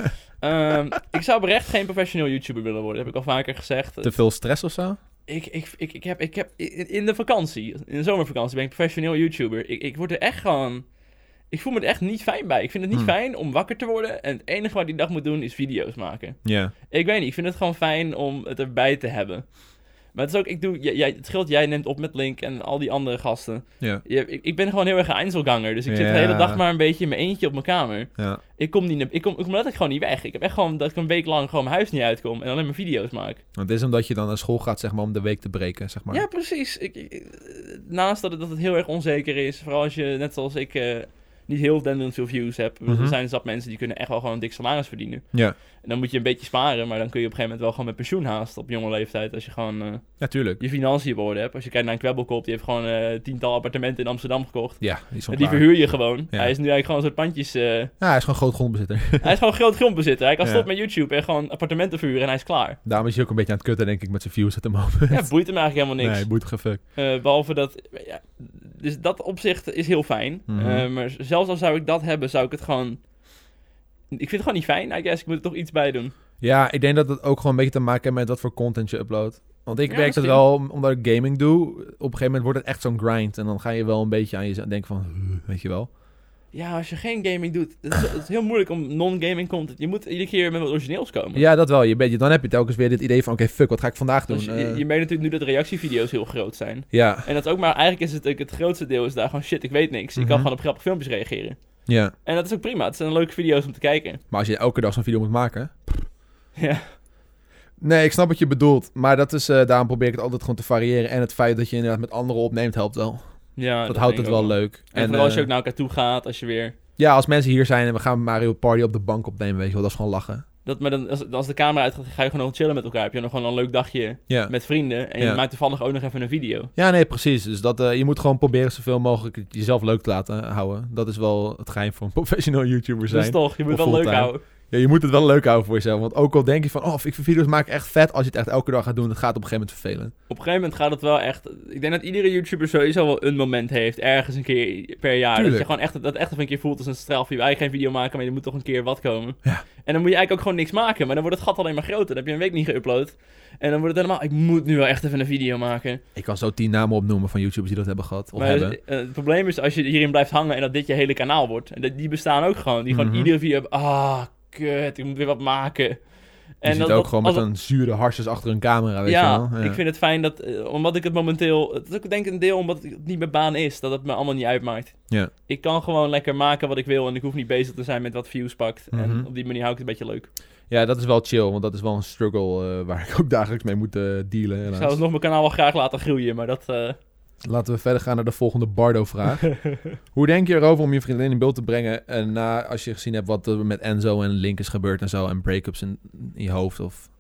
Ik zou oprecht geen professioneel YouTuber willen worden. Dat heb ik al vaker gezegd. Te veel stress of zo? Ik heb in de vakantie, in de zomervakantie, ben ik professioneel YouTuber. Ik word er echt gewoon... Ik voel me er echt niet fijn bij. Ik vind het niet fijn om wakker te worden. En het enige wat ik die dag moet doen is video's maken. Ja. Ik weet niet, ik vind het gewoon fijn om het erbij te hebben. Maar het is ook, het scheelt, jij neemt op met Link en al die andere gasten. Ja. Ik ben gewoon heel erg een Einzelganger. Dus ik zit de hele dag maar een beetje in mijn eentje op mijn kamer. Ja. Ik kom letterlijk gewoon niet weg. Ik heb echt gewoon dat ik een week lang gewoon mijn huis niet uitkom en alleen maar video's maak. Want het is omdat je dan naar school gaat, zeg maar, om de week te breken, zeg maar. Ja, precies. Naast dat het heel erg onzeker is, vooral als je, net zoals ik... niet heel denderend veel views heb. Er zijn zat mensen die kunnen echt wel gewoon een dik salaris verdienen. Ja. En dan moet je een beetje sparen, maar dan kun je op een gegeven moment wel gewoon met pensioen haasten op jonge leeftijd. Als je gewoon tuurlijk. je financiën op orde hebt. Als je kijkt naar een kwebbelkop, die heeft gewoon 10-tal appartementen in Amsterdam gekocht. Ja, die verhuur je gewoon. Ja. Hij is nu eigenlijk gewoon een soort pandjes... hij is gewoon groot grondbezitter. Hij is gewoon een groot grondbezitter. Hij kan stoppen met YouTube en gewoon appartementen verhuren en hij is klaar. Daarom is hij ook een beetje aan het kutten, denk ik, met zijn views at the moment. Ja, boeit hem eigenlijk helemaal niks. Nee, boeit geen fuck. Behalve dat... Ja, dus dat opzicht is heel fijn. Maar zelfs al zou ik dat hebben, zou ik het gewoon... Ik vind het gewoon niet fijn, I guess. Ik moet er toch iets bij doen. Ja, ik denk dat het ook gewoon een beetje te maken heeft met wat voor content je uploadt. Want ik merk dat het wel, omdat ik gaming doe. Op een gegeven moment wordt het echt zo'n grind. En dan ga je wel een beetje aan jezelf denken van... weet je wel. Ja, als je geen gaming doet... Het is heel moeilijk om non-gaming content... Je moet iedere keer met wat origineels komen. Ja, dat wel. Dan heb je telkens weer dit idee van... Oké, fuck, wat ga ik vandaag doen? Dus je merkt natuurlijk nu dat reactievideo's heel groot zijn. Ja. En dat is ook maar... Eigenlijk is het grootste deel is daar gewoon... Shit, ik weet niks. Ik kan gewoon op grappige filmpjes reageren. Ja. En dat is ook prima. Het zijn leuke video's om te kijken. Maar als je elke dag zo'n video moet maken... Ja. Nee, ik snap wat je bedoelt. Maar dat is, daarom probeer ik het altijd gewoon te variëren. En het feit dat je inderdaad met anderen opneemt helpt wel. Ja, dat houdt het wel leuk. En vooral als je ook naar elkaar toe gaat, als je weer... Ja, als mensen hier zijn en we gaan Mario Party op de bank opnemen, weet je wel, dat is gewoon lachen. Maar dan, als de camera uitgaat, ga je gewoon nog chillen met elkaar. Heb je nog gewoon een leuk dagje met vrienden. En je maakt toevallig ook nog even een video. Ja, nee, precies. Dus je moet gewoon proberen zoveel mogelijk jezelf leuk te laten houden. Dat is wel het geheim voor een professioneel YouTuber zijn. Dus toch, je moet wel leuk houden. Ja, je moet het wel leuk houden voor jezelf. Want ook al denk je van... ik vind video's maken echt vet. Als je het echt elke dag gaat doen... dat gaat op een gegeven moment vervelen. Op een gegeven moment gaat het wel echt... Ik denk dat iedere YouTuber sowieso wel een moment heeft. Ergens een keer per jaar. Tuurlijk. Dat je gewoon echt even een keer voelt als een straf. Je wil eigenlijk geen video maken... maar je moet toch een keer wat komen. Ja. En dan moet je eigenlijk ook gewoon niks maken. Maar dan wordt het gat alleen maar groter. Dan heb je een week niet geüpload. En dan wordt het helemaal... Ik moet nu wel echt even een video maken. Ik kan zo 10 namen opnoemen van YouTubers die dat hebben gehad. Of maar hebben. Het probleem is als je hierin blijft hangen... en dat dit je hele kanaal wordt. En die bestaan ook gewoon. Die gewoon iedere video hebben... kut, ik moet weer wat maken. En zit ook gewoon met een zure harsjes achter een camera, weet je wel. Ja, ik vind het fijn dat... omdat ik het momenteel... Het is ook denk ik een deel omdat het niet mijn baan is. Dat het me allemaal niet uitmaakt. Ja. Ik kan gewoon lekker maken wat ik wil... en ik hoef niet bezig te zijn met wat views pakt. En op die manier hou ik het een beetje leuk. Ja, dat is wel chill. Want dat is wel een struggle waar ik ook dagelijks mee moet dealen. Helaas. Ik zou het nog mijn kanaal wel graag laten groeien, maar dat... Laten we verder gaan naar de volgende Bardo-vraag. Hoe denk je erover om je vriendin in beeld te brengen... als je gezien hebt wat er met Enzo en Link is gebeurd en zo... en break-ups in je hoofd? Of...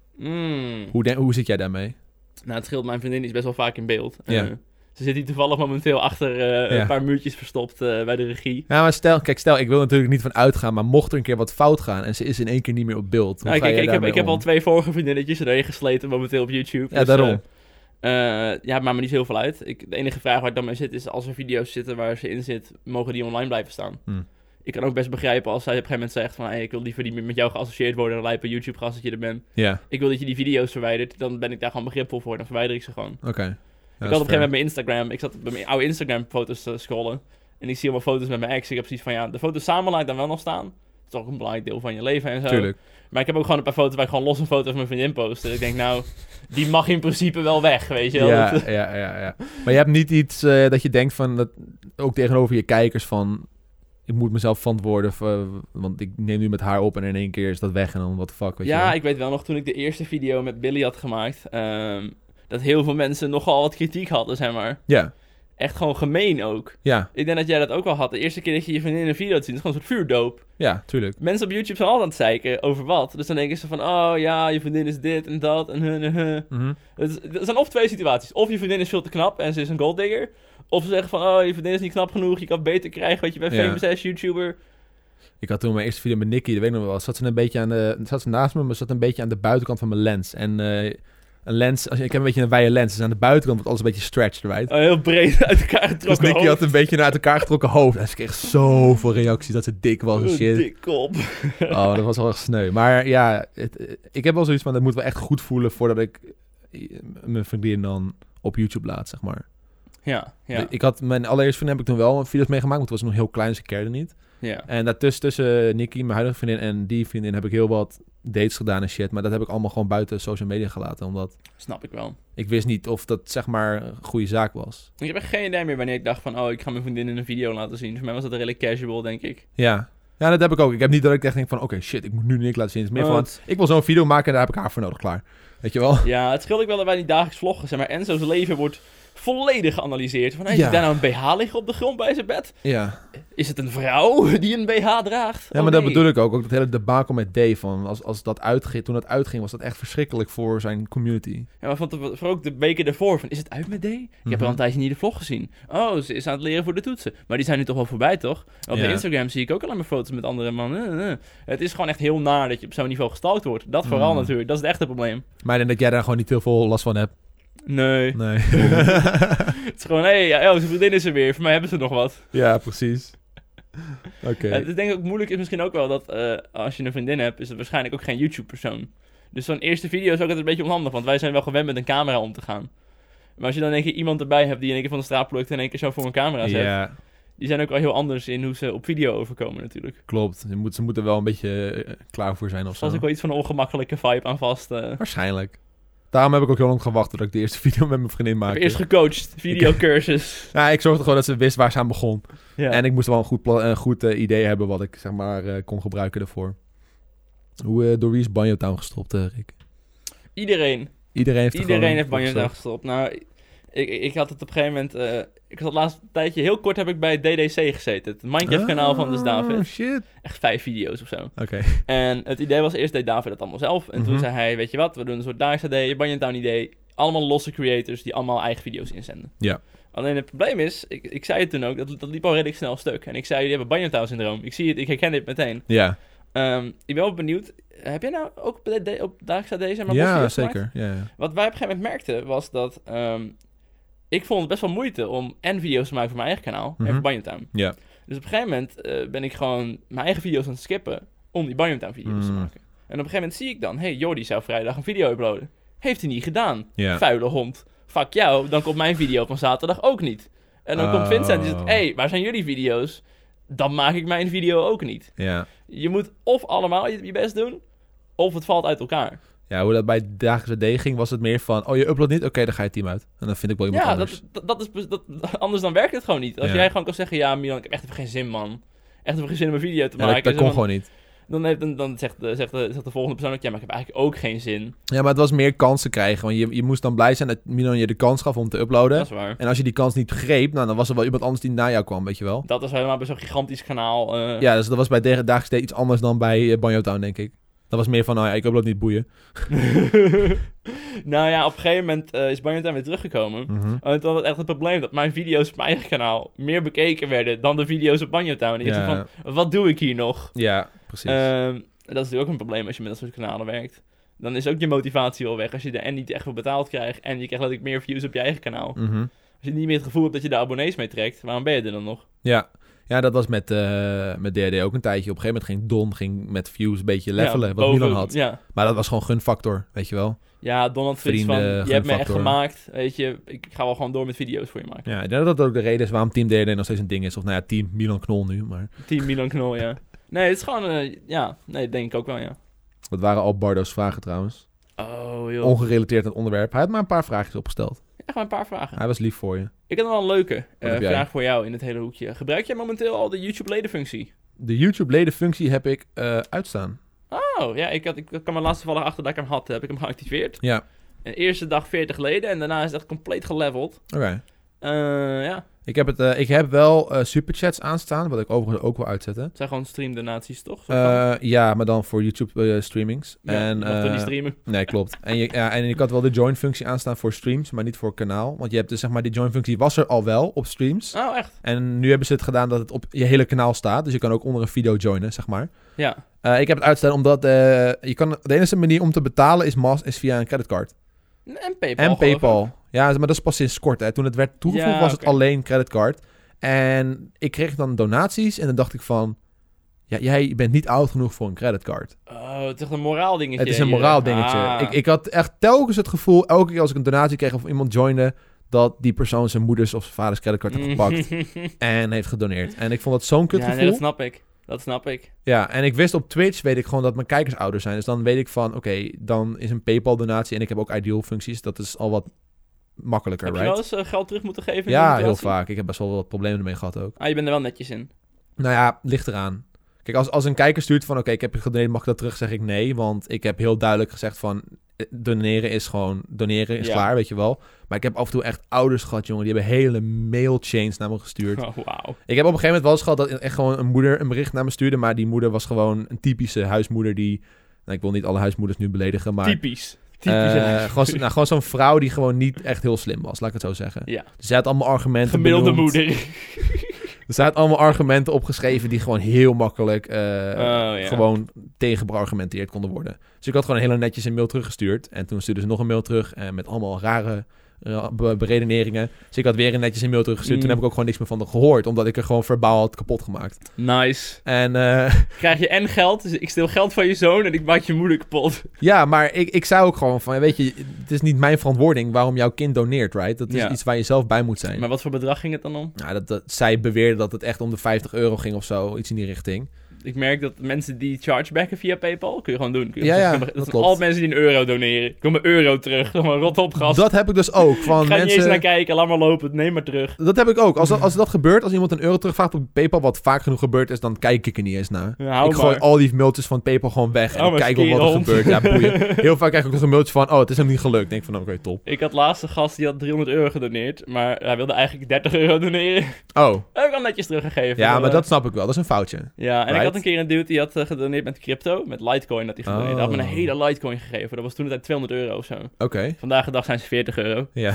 Hoe zit jij daarmee? Nou, het scheelt. Mijn vriendin is best wel vaak in beeld. Ja. Ze zit hier toevallig momenteel achter een paar muurtjes verstopt bij de regie. Ja, maar stel, ik wil natuurlijk niet van uitgaan... maar mocht er een keer wat fout gaan... en ze is in één keer niet meer op beeld... Nou, ik heb al 2 vorige vriendinnetjes erin gesleten momenteel op YouTube. Ja, dus, daarom. Het maakt me niet zo heel veel uit. De enige vraag waar ik dan mee zit is... als er video's zitten waar ze in zit... mogen die online blijven staan. Ik kan ook best begrijpen als zij op een gegeven moment zegt van... Hey, ik wil liever niet meer met jou geassocieerd worden... dan lijp een YouTube-gast dat je er bent. Ja. Ik wil dat je die video's verwijdert. Dan ben ik daar gewoon begripvol voor. Dan verwijder ik ze gewoon. Oké. Ik had op een gegeven moment mijn Instagram... Ik zat bij mijn oude Instagram-foto's te scrollen... en ik zie allemaal foto's met mijn ex. Ik heb zoiets van... ja, de foto's samen laat ik dan wel nog staan. Dat is toch een belangrijk deel van je leven en zo. Tuurlijk. Maar ik heb ook gewoon een paar foto's waar ik gewoon los een foto van mijn vriendin post. En ik denk, nou, die mag in principe wel weg, weet je wel. Ja. Maar je hebt niet iets dat je denkt van... Dat, ook tegenover je kijkers van... Ik moet mezelf verantwoorden, want ik neem nu met haar op... en in één keer is dat weg en dan what the fuck, weet je wel. Ja, ik weet wel nog toen ik de eerste video met Billy had gemaakt... dat heel veel mensen nogal wat kritiek hadden, zeg maar. Ja. Echt gewoon gemeen ook. Ja. Ik denk dat jij dat ook al had. De eerste keer dat je je vriendin in een video ziet, is gewoon een soort vuurdoop. Ja, tuurlijk. Mensen op YouTube zijn altijd aan het zeiken over wat. Dus dan denken ze van, oh ja, je vriendin is dit en dat en Er zijn of 2 situaties. Of je vriendin is veel te knap en ze is een golddigger. Of ze zeggen van, oh, je vriendin is niet knap genoeg, je kan beter krijgen, want je bent famous as YouTuber. Ik had toen mijn eerste video met Nicky, dat weet ik nog wel. Zat ze naast me, maar zat een beetje aan de buitenkant van mijn lens. En een lens. Ik heb een beetje een wijde lens. Dus aan de buitenkant wordt alles een beetje stretched eruit. Heel breed uit elkaar Dus getrokken Nicky hoofd. had een beetje een uit elkaar getrokken hoofd. En ze kreeg zoveel reacties dat ze dik was en shit. Dik kop. Oh, dat was wel echt sneu. Maar ja, ik heb wel zoiets van... dat moet wel echt goed voelen voordat ik mijn vriendin dan op YouTube laat, zeg maar. Ja. Ik had mijn allereerste vriendin heb ik toen wel video's meegemaakt, want het was nog heel klein, dus ik kende niet. Ja. En daartussen tussen Nicky, mijn huidige vriendin, en die vriendin heb ik heel wat dates gedaan en shit. Maar dat heb ik allemaal gewoon buiten social media gelaten, omdat Snap ik wel. ik wist niet of dat, zeg maar, een goede zaak was. Ik heb echt geen idee meer wanneer ik dacht van... ik ga mijn vriendin in een video laten zien. Voor mij was dat redelijk casual, denk ik. Ja, dat heb ik ook. Ik heb niet dat ik echt denk van, oké, shit, ik moet nu Nick laten zien. Het is meer van, ik wil zo'n video maken en daar heb ik haar voor nodig, klaar. Weet je wel? Ja, het scheelt ook wel dat wij niet dagelijks vloggen, zeg maar. Enzo's leven wordt volledig geanalyseerd. Van, zit daar nou een BH liggen op de grond bij zijn bed? Ja. Is het een vrouw die een BH draagt? Ja, maar dat bedoel ik ook. Ook dat hele debakel met Dave. Van als dat uitging, toen dat uitging, was dat echt verschrikkelijk voor zijn community. Ja, maar voor ook de weken ervoor. Van, is het uit met D? Ik heb al een tijdje niet de vlog gezien. Oh, ze is aan het leren voor de toetsen. Maar die zijn nu toch wel voorbij, toch? Op de Instagram zie ik ook alleen maar foto's met andere mannen. Het is gewoon echt heel naar dat je op zo'n niveau gestalkt wordt. Dat vooral natuurlijk. Dat is het echte probleem. Maar ik denk dat jij daar gewoon niet heel veel last van hebt. Nee. Het is gewoon, zijn vriendin is er weer. Voor mij hebben ze nog wat. Ja, precies. Oké. Het denk ik ook moeilijk is misschien ook wel dat als je een vriendin hebt, is het waarschijnlijk ook geen YouTube-persoon. Dus zo'n eerste video is ook altijd een beetje onhandig, want wij zijn wel gewend met een camera om te gaan. Maar als je dan in één keer iemand erbij hebt die in één keer van de straat plukt en in één keer zo voor een camera zet, die zijn ook wel heel anders in hoe ze op video overkomen natuurlijk. Klopt. Ze moeten wel een beetje klaar voor zijn of zo. Er was ook wel iets van een ongemakkelijke vibe aan vast. Waarschijnlijk. Daarom heb ik ook heel lang gewacht tot ik de eerste video met mijn vriendin maakte. Ik heb eerst gecoacht, videocursus. Ja, ik zorgde gewoon dat ze wist waar ze aan begon. Ja. En ik moest wel een goed idee hebben wat ik, zeg maar, kon gebruiken ervoor. Door wie is Banjo Town gestopt, Rick? Iedereen. Iedereen heeft Banjo Town gestopt. Nou, ik had het op een gegeven moment... ik had het laatste tijdje... Heel kort heb ik bij DDC gezeten. Het Minecraft-kanaal van dus David. Oh, shit. Echt 5 video's of zo. Oké. En het idee was... Eerst deed David het allemaal zelf. En toen zei hij... Weet je wat? We doen een soort Dark Day, Banjo Town idee. Allemaal losse creators die allemaal eigen video's inzenden. Ja. Alleen het probleem is... Ik zei het toen ook... Dat liep al redelijk snel stuk. En ik zei... Jullie hebben Banjo Town syndroom. Ik zie het. Ik herken dit meteen. Ja. Ik ben wel benieuwd... Heb jij nou ook op Dark Day zeg maar ja, zeker. Ja. Wat wij op een gegeven moment merkten was dat... ik vond het best wel moeite om video's te maken voor mijn eigen kanaal en voor Banjo Town. Ja. Dus op een gegeven moment ben ik gewoon mijn eigen video's aan het skippen om die Banjo Town video's te maken. En op een gegeven moment zie ik dan, Jordi zou vrijdag een video uploaden. Heeft hij niet gedaan. Ja. Vuile hond. Fuck jou, dan komt mijn video van zaterdag ook niet. En dan komt Vincent en die zegt, waar zijn jullie video's? Dan maak ik mijn video ook niet. Ja. Je moet of allemaal je best doen, of het valt uit elkaar. Ja, hoe dat bij Dagelijkse D ging, was het meer van... je uploadt niet? Oké, dan ga je team uit. En dan vind ik wel iemand anders. Anders dan werkt het gewoon niet. Als jij gewoon kan zeggen... Ja, Milan, ik heb echt even geen zin, man. Echt even geen zin om een video te maken. Dat kon gewoon niet. Dan zegt de volgende persoon ook... Ja, maar ik heb eigenlijk ook geen zin. Ja, maar het was meer kansen krijgen. Want je moest dan blij zijn dat Milan je de kans gaf om te uploaden. Dat is waar. En als je die kans niet greep... dan was er wel iemand anders die na jou kwam, weet je wel. Dat is helemaal bij zo'n gigantisch kanaal. Ja, dus dat was bij Dagelijkse D iets anders dan bij Banjo Town, denk ik. Dat was meer van, ik upload niet, boeien. Nou ja, op een gegeven moment is Banjo Town weer teruggekomen. En toen was het echt het probleem dat mijn video's op mijn eigen kanaal meer bekeken werden dan de video's op Banjo Town. En ik zei van, wat doe ik hier nog? Ja, precies. Dat is natuurlijk ook een probleem als je met dat soort kanalen werkt. Dan is ook je motivatie wel weg als je er en niet echt voor betaald krijgt en je krijgt letterlijk meer views op je eigen kanaal. Als je niet meer het gevoel hebt dat je de abonnees mee trekt, waarom ben je er dan nog? Ja, dat was met DRD ook een tijdje. Op een gegeven moment ging met views een beetje levelen, wat Milan had. Ja. Maar dat was gewoon gunfactor, weet je wel. Ja, Don had zoiets van, je hebt me echt gemaakt, weet je, ik ga wel gewoon door met video's voor je maken. Ja, ik denk dat dat ook de reden is waarom Team DRD nog steeds een ding is. Of Team Milan Knol nu, maar... Team Milan Knol, ja. Nee, het is gewoon, denk ik ook wel, ja. Dat waren al Bardo's vragen trouwens. Oh, joh. Ongerelateerd aan het onderwerp. Hij had maar een paar vraagjes opgesteld. Echt maar een paar vragen. Hij was lief voor je. Ik heb nog wel een leuke vraag voor jou in het hele hoekje. Gebruik jij momenteel al de YouTube-ledenfunctie? De YouTube-ledenfunctie heb ik uitstaan. Oh, ja, ik kwam er laatst toevallig achter dat ik hem had. Heb ik hem geactiveerd. Ja. En de eerste dag 40 leden en daarna is het echt compleet geleveld. Oké. Ja. Ik heb wel superchats aanstaan, wat ik overigens ook wil uitzetten. Het zijn gewoon streamdonaties, toch? Ja, maar dan voor YouTube streamings. Ja, en, je mag toch niet streamen? Nee, klopt. En ik had wel de join-functie aanstaan voor streams, maar niet voor kanaal. Want je hebt dus, zeg maar, die join-functie was er al wel op streams. Oh, echt? En nu hebben ze het gedaan dat het op je hele kanaal staat. Dus je kan ook onder een video joinen, zeg maar. Ja. Ik heb het uitstaan omdat de enige manier om te betalen is via een creditcard. En PayPal. En PayPal. Ja, maar dat is pas sinds kort. Hè. Toen het werd toegevoegd was het alleen creditcard. En ik kreeg dan donaties en dan dacht ik van... Ja, jij bent niet oud genoeg voor een creditcard. Oh, het is echt een moraal dingetje. Het is een moraal dingetje. Ik had echt telkens het gevoel, elke keer als ik een donatie kreeg of iemand joinde, dat die persoon zijn moeders of zijn vaders creditcard heeft gepakt en heeft gedoneerd. En ik vond dat zo'n kutgevoel. Ja, nee, dat snap ik. Ja, en ik wist op Twitch, weet ik gewoon dat mijn kijkers ouder zijn. Dus dan weet ik van, oké, dan is een PayPal donatie en ik heb ook Ideal functies. Dat is al wat makkelijker, heb right? Heb je wel eens geld terug moeten geven? In Ja, heel vaak. Ik heb best wel wat problemen ermee gehad ook. Je bent er wel netjes in. Nou ja, ligt eraan. Kijk, als een kijker stuurt van... Oké, ik heb je gedoneerd, mag ik dat terug? Zeg ik nee, want ik heb heel duidelijk gezegd van... Doneren is klaar, weet je wel. Maar ik heb af en toe echt ouders gehad, jongen. Die hebben hele mailchains naar me gestuurd. Oh, wow. Ik heb op een gegeven moment wel eens gehad... dat echt gewoon een moeder een bericht naar me stuurde. Maar die moeder was gewoon een typische huismoeder die... Nou, ik wil niet alle huismoeders nu beledigen, maar... Typisch. Gewoon zo'n vrouw die gewoon niet echt heel slim was, laat ik het zo zeggen. Ja. Ze had allemaal argumenten Gemiddelde benoemd. moeder. Er zaten allemaal argumenten opgeschreven die gewoon heel makkelijk gewoon tegenbeargumenteerd konden worden. Dus ik had gewoon heel netjes een mail teruggestuurd. En toen stuurden ze nog een mail terug met allemaal rare beredeneringen. Dus ik had weer een netjes een mail teruggestuurd. Toen heb ik ook gewoon niks meer van haar gehoord, omdat ik er gewoon verbaal had kapot gemaakt. Nice. En krijg je en geld, dus ik steel geld van je zoon en ik maak je moeder kapot. Ja, maar ik zei ook gewoon van, weet je, het is niet mijn verantwoording waarom jouw kind doneert, right? Dat is iets waar je zelf bij moet zijn. Maar wat voor bedrag ging het dan om? Nou, zij beweerde dat het echt om de €50 ging of zo, iets in die richting. Ik merk dat mensen die chargebacken via PayPal, kun je gewoon doen. Dat zijn al mensen die €1 doneren. Ik wil mijn euro terug. Gewoon rot op, gast. Dat heb ik dus ook. Van ga niet eens naar kijken, laat maar lopen. Neem maar terug. Dat heb ik ook. Als dat gebeurt, als iemand €1 terugvraagt op PayPal, wat vaak genoeg gebeurd is, dan kijk ik er niet eens naar. Ja, ik gooi al die mailtjes van PayPal gewoon weg en kijk op wat er gebeurt. Ja, boeien. Heel vaak krijg ik ook een mailtje van, het is hem niet gelukt. Ik denk van, oké, top. Ik had laatst een gast die had €300 gedoneerd, maar hij wilde eigenlijk €30 doneren. Oh. Heb ik al netjes teruggegeven. Ja, maar dat snap ik wel. Dat is een foutje. Ja, en ik had een keer een dude die had gedoneerd met crypto, met Litecoin dat hij gedoneerd. Hij had me een hele Litecoin gegeven. Dat was toen de tijd €200 of zo. Oké. Vandaag de dag zijn ze €40. Ja.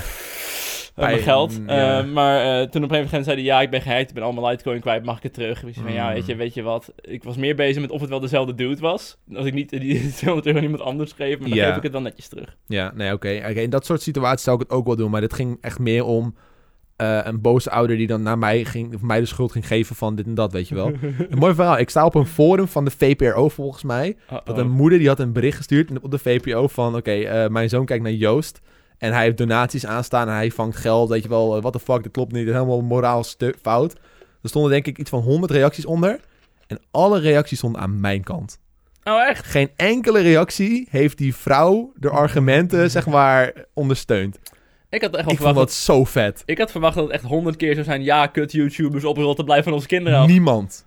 Mijn geld. Ja. Maar toen op een gegeven moment zei hij, ik ben gehackt, ik ben al mijn Litecoin kwijt, mag ik het terug? Ik zei van, weet je wat, ik was meer bezig met of het wel dezelfde dude was. Als ik niet die €200 aan iemand anders geef, maar dan geef ik het dan netjes terug. Ja, nee, oké. In dat soort situaties zou ik het ook wel doen, maar dit ging echt meer om een boze ouder die dan naar mij mij de schuld ging geven van dit en dat, weet je wel. Een mooi verhaal. Ik sta op een forum van de VPRO volgens mij. Dat een moeder die had een bericht gestuurd op de VPRO van mijn zoon kijkt naar Joost en hij heeft donaties aanstaan en hij vangt geld, weet je wel, what the fuck, dat klopt niet, helemaal moraal fout. Er stonden denk ik iets van 100 reacties onder en alle reacties stonden aan mijn kant. Oh, echt? Geen enkele reactie heeft die vrouw de argumenten, zeg maar, ondersteund. Ik vond dat zo vet. Ik had verwacht dat het echt 100 keer zou zijn, kut YouTubers oprotten, blijf van onze kinderen af. Niemand.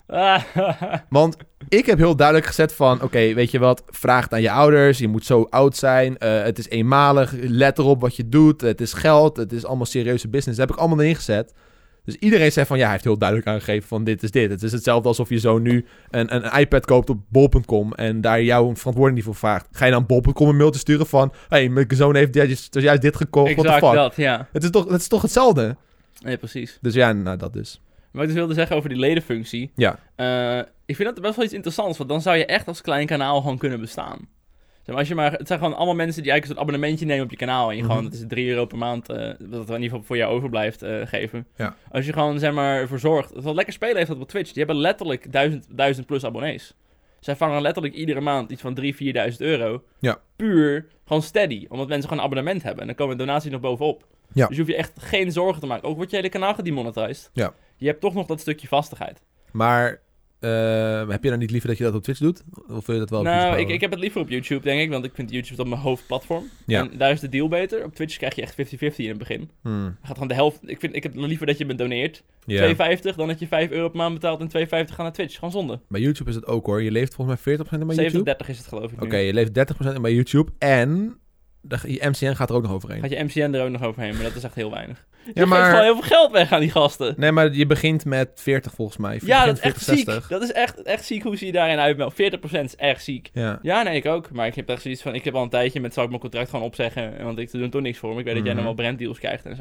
Want ik heb heel duidelijk gezet van, weet je wat, vraag het aan je ouders, je moet zo oud zijn, het is eenmalig, let erop wat je doet, het is geld, het is allemaal serieuze business. Dat heb ik allemaal erin gezet. Dus iedereen zegt van, hij heeft heel duidelijk aangegeven van dit is dit. Het is hetzelfde alsof je zo nu een iPad koopt op bol.com en daar jouw verantwoording niet voor vraagt. Ga je dan bol.com een mail te sturen van, mijn zoon heeft juist dit gekocht, what the fuck. Dat, ja. Het is toch hetzelfde? Nee, precies. Dus ja, nou dat dus. Wat ik dus wilde zeggen over die ledenfunctie. Ja. Ik vind dat best wel iets interessants, want dan zou je echt als klein kanaal gewoon kunnen bestaan. Zeg maar, het zijn gewoon allemaal mensen die eigenlijk een soort abonnementje nemen op je kanaal. En je gewoon, het is €3 per maand, dat er in ieder geval voor jou overblijft, geven. Ja. Als je gewoon, zeg maar, ervoor zorgt. Wat lekker spelen heeft dat op Twitch. Die hebben letterlijk 1000 plus abonnees. Zij vangen letterlijk iedere maand iets van 3.000-4.000 euro. Ja. Puur gewoon steady. Omdat mensen gewoon een abonnement hebben. En dan komen donaties nog bovenop. Ja. Dus je hoeft je echt geen zorgen te maken. Ook wordt je hele kanaal gedemonetized. Ja. Je hebt toch nog dat stukje vastigheid. Maar heb je dan niet liever dat je dat op Twitch doet? Of wil je dat wel op Nou, ik heb het liever op YouTube, denk ik. Want ik vind YouTube op mijn hoofdplatform. Ja. En daar is de deal beter. Op Twitch krijg je echt 50-50 in het begin. Gaat gewoon de helft. Ik heb liever dat je me doneert. Yeah. €2,50 dan dat je €5 per maand betaalt en €2,50 gaat naar Twitch. Gewoon zonde. Bij YouTube is het ook hoor. Je leeft volgens mij 40% in bij YouTube. 37 is het geloof ik nu. Oké, je leeft 30% in bij YouTube. En je MCN gaat er ook nog overheen. Gaat je MCN er ook nog overheen, maar dat is echt heel weinig. Ja, maar geeft gewoon heel veel geld weg aan die gasten. Nee, maar je begint met 40 volgens mij. Ja, dat is echt 40, ziek. Dat is echt ziek hoe ze je daarin uitmelden. 40% is echt ziek. Ja, nee, ik ook. Maar ik heb echt zoiets van, ik heb al een tijdje met zou ik mijn contract gewoon opzeggen. Want ik doe er toch niks voor. Maar ik weet dat jij nog wel branddeals krijgt en zo.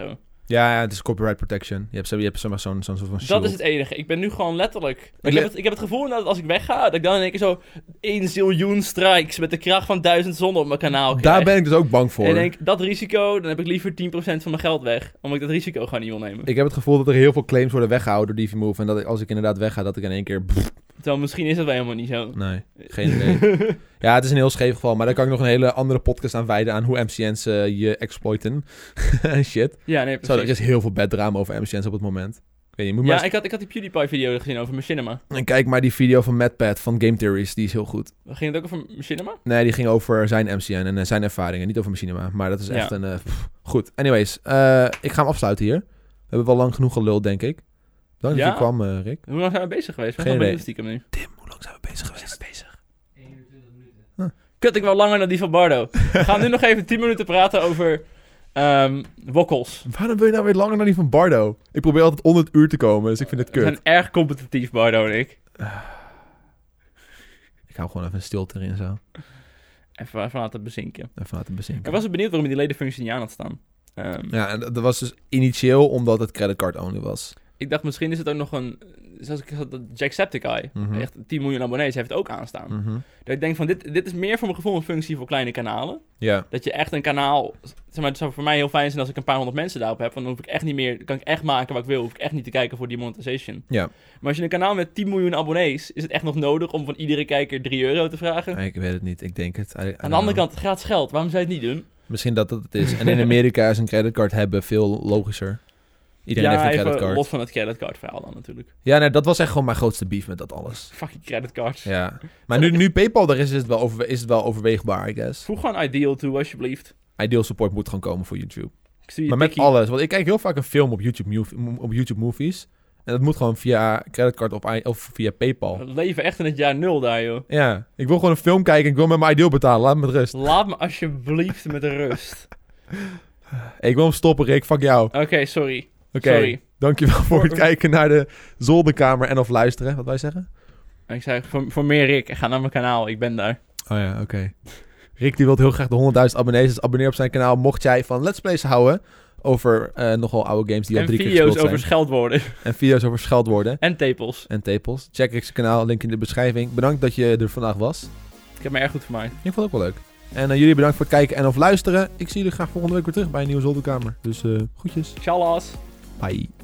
Ja, het is copyright protection. Je hebt zo'n soort van shield. Dat is het enige. Ik ben nu gewoon letterlijk... Ik heb het gevoel dat als ik wegga, dat ik dan in één keer zo 1 ziljoen strikes met de kracht van 1000 zonnen op mijn kanaal krijg. Daar ben ik dus ook bang voor. En ik denk, dat risico, dan heb ik liever 10% van mijn geld weg. Omdat ik dat risico gewoon niet wil nemen. Ik heb het gevoel dat er heel veel claims worden weggehouden door DiviMove. En dat als ik inderdaad wegga, dat ik in één keer... Terwijl misschien is dat wel helemaal niet zo. Nee, geen idee. Ja, het is een heel scheef geval. Maar daar kan ik nog een hele andere podcast aan wijden aan hoe MCN's je exploiten. Shit. Ja, nee, precies. Er is heel veel bad drama over MCN's op het moment. Ik weet niet, moet maar ik had die PewDiePie-video gezien over Machinima. En kijk maar die video van MadPat van Game Theories. Die is heel goed. Ging het ook over Machinima? Nee, die ging over zijn MCN en zijn ervaringen. Niet over Machinima. Maar dat is echt een... goed. Anyways, ik ga hem afsluiten hier. We hebben wel lang genoeg geluld, denk ik. Dank dat je kwam, Rick. Hoe lang zijn we bezig geweest? Geen idee. Stiekem nu. Tim, hoe lang zijn we bezig geweest? 1 uur 20 minuten. Kut, ik wel langer dan die van Bardo. We gaan nu nog even 10 minuten praten over wokkels. Waarom wil je nou weer langer dan die van Bardo? Ik probeer altijd onder het uur te komen, dus ik vind het kut. We zijn erg competitief, Bardo en ik. Ik hou gewoon even een stilte erin zo. Even laten bezinken. Ik was benieuwd waarom je die ledenfunctie niet aan had staan. Ja, en dat was dus initieel omdat het creditcard only was. Ik dacht, misschien is het ook nog een... Zoals ik had, Jacksepticeye, echt 10 miljoen abonnees, heeft het ook aanstaan. Dat ik denk van, dit is meer voor mijn gevoel een functie voor kleine kanalen. Ja. Dat je echt een kanaal... Zeg maar, het zou voor mij heel fijn zijn als ik een paar honderd mensen daarop heb. Want dan hoef ik echt niet meer... kan ik echt maken wat ik wil. Hoef ik echt niet te kijken voor die monetization. Ja. Maar als je een kanaal met 10 miljoen abonnees... is het echt nog nodig om van iedere kijker €3 te vragen? Ik weet het niet. Ik denk het. Aan de andere kant, gratis geld. Waarom zou je het niet doen? Misschien dat het is. En in Amerika is een creditcard hebben veel logischer. Iedereen heeft een creditcard. Los van het creditcard verhaal dan natuurlijk. Ja, nee, dat was echt gewoon mijn grootste beef met dat alles. Fucking creditcards. Ja. Maar nu PayPal er is het wel overweegbaar, I guess. Voeg gewoon Ideal toe, alsjeblieft. Ideal support moet gewoon komen voor YouTube. Maar met alles. Want ik kijk heel vaak een film op YouTube Movies. En dat moet gewoon via creditcard of via PayPal. We leven echt in het jaar 0 daar, joh. Ja. Ik wil gewoon een film kijken. Ik wil met mijn Ideal betalen. Laat me met rust. Laat me alsjeblieft met rust. Ik wil hem stoppen, Rick. Fuck jou. Oké, sorry. Oké, dankjewel voor het kijken naar de zolderkamer en of luisteren. Wat wij zeggen? Ik zei, voor meer Rick, ga naar mijn kanaal. Ik ben daar. Oh ja, oké. Rick die wil heel graag de 100.000 abonnees. Dus abonneer op zijn kanaal. Mocht jij van Let's Plays houden over nogal oude games die al 3 keer gespeeld zijn. En video's over scheldwoorden. En video's over scheldwoorden. En tepels. Check Rick's kanaal, link in de beschrijving. Bedankt dat je er vandaag was. Ik heb me erg goed vermaakt. Ik vond het ook wel leuk. En jullie bedankt voor het kijken en of luisteren. Ik zie jullie graag volgende week weer terug bij een nieuwe zolderkamer. Dus groetjes. Tjallas. Bye.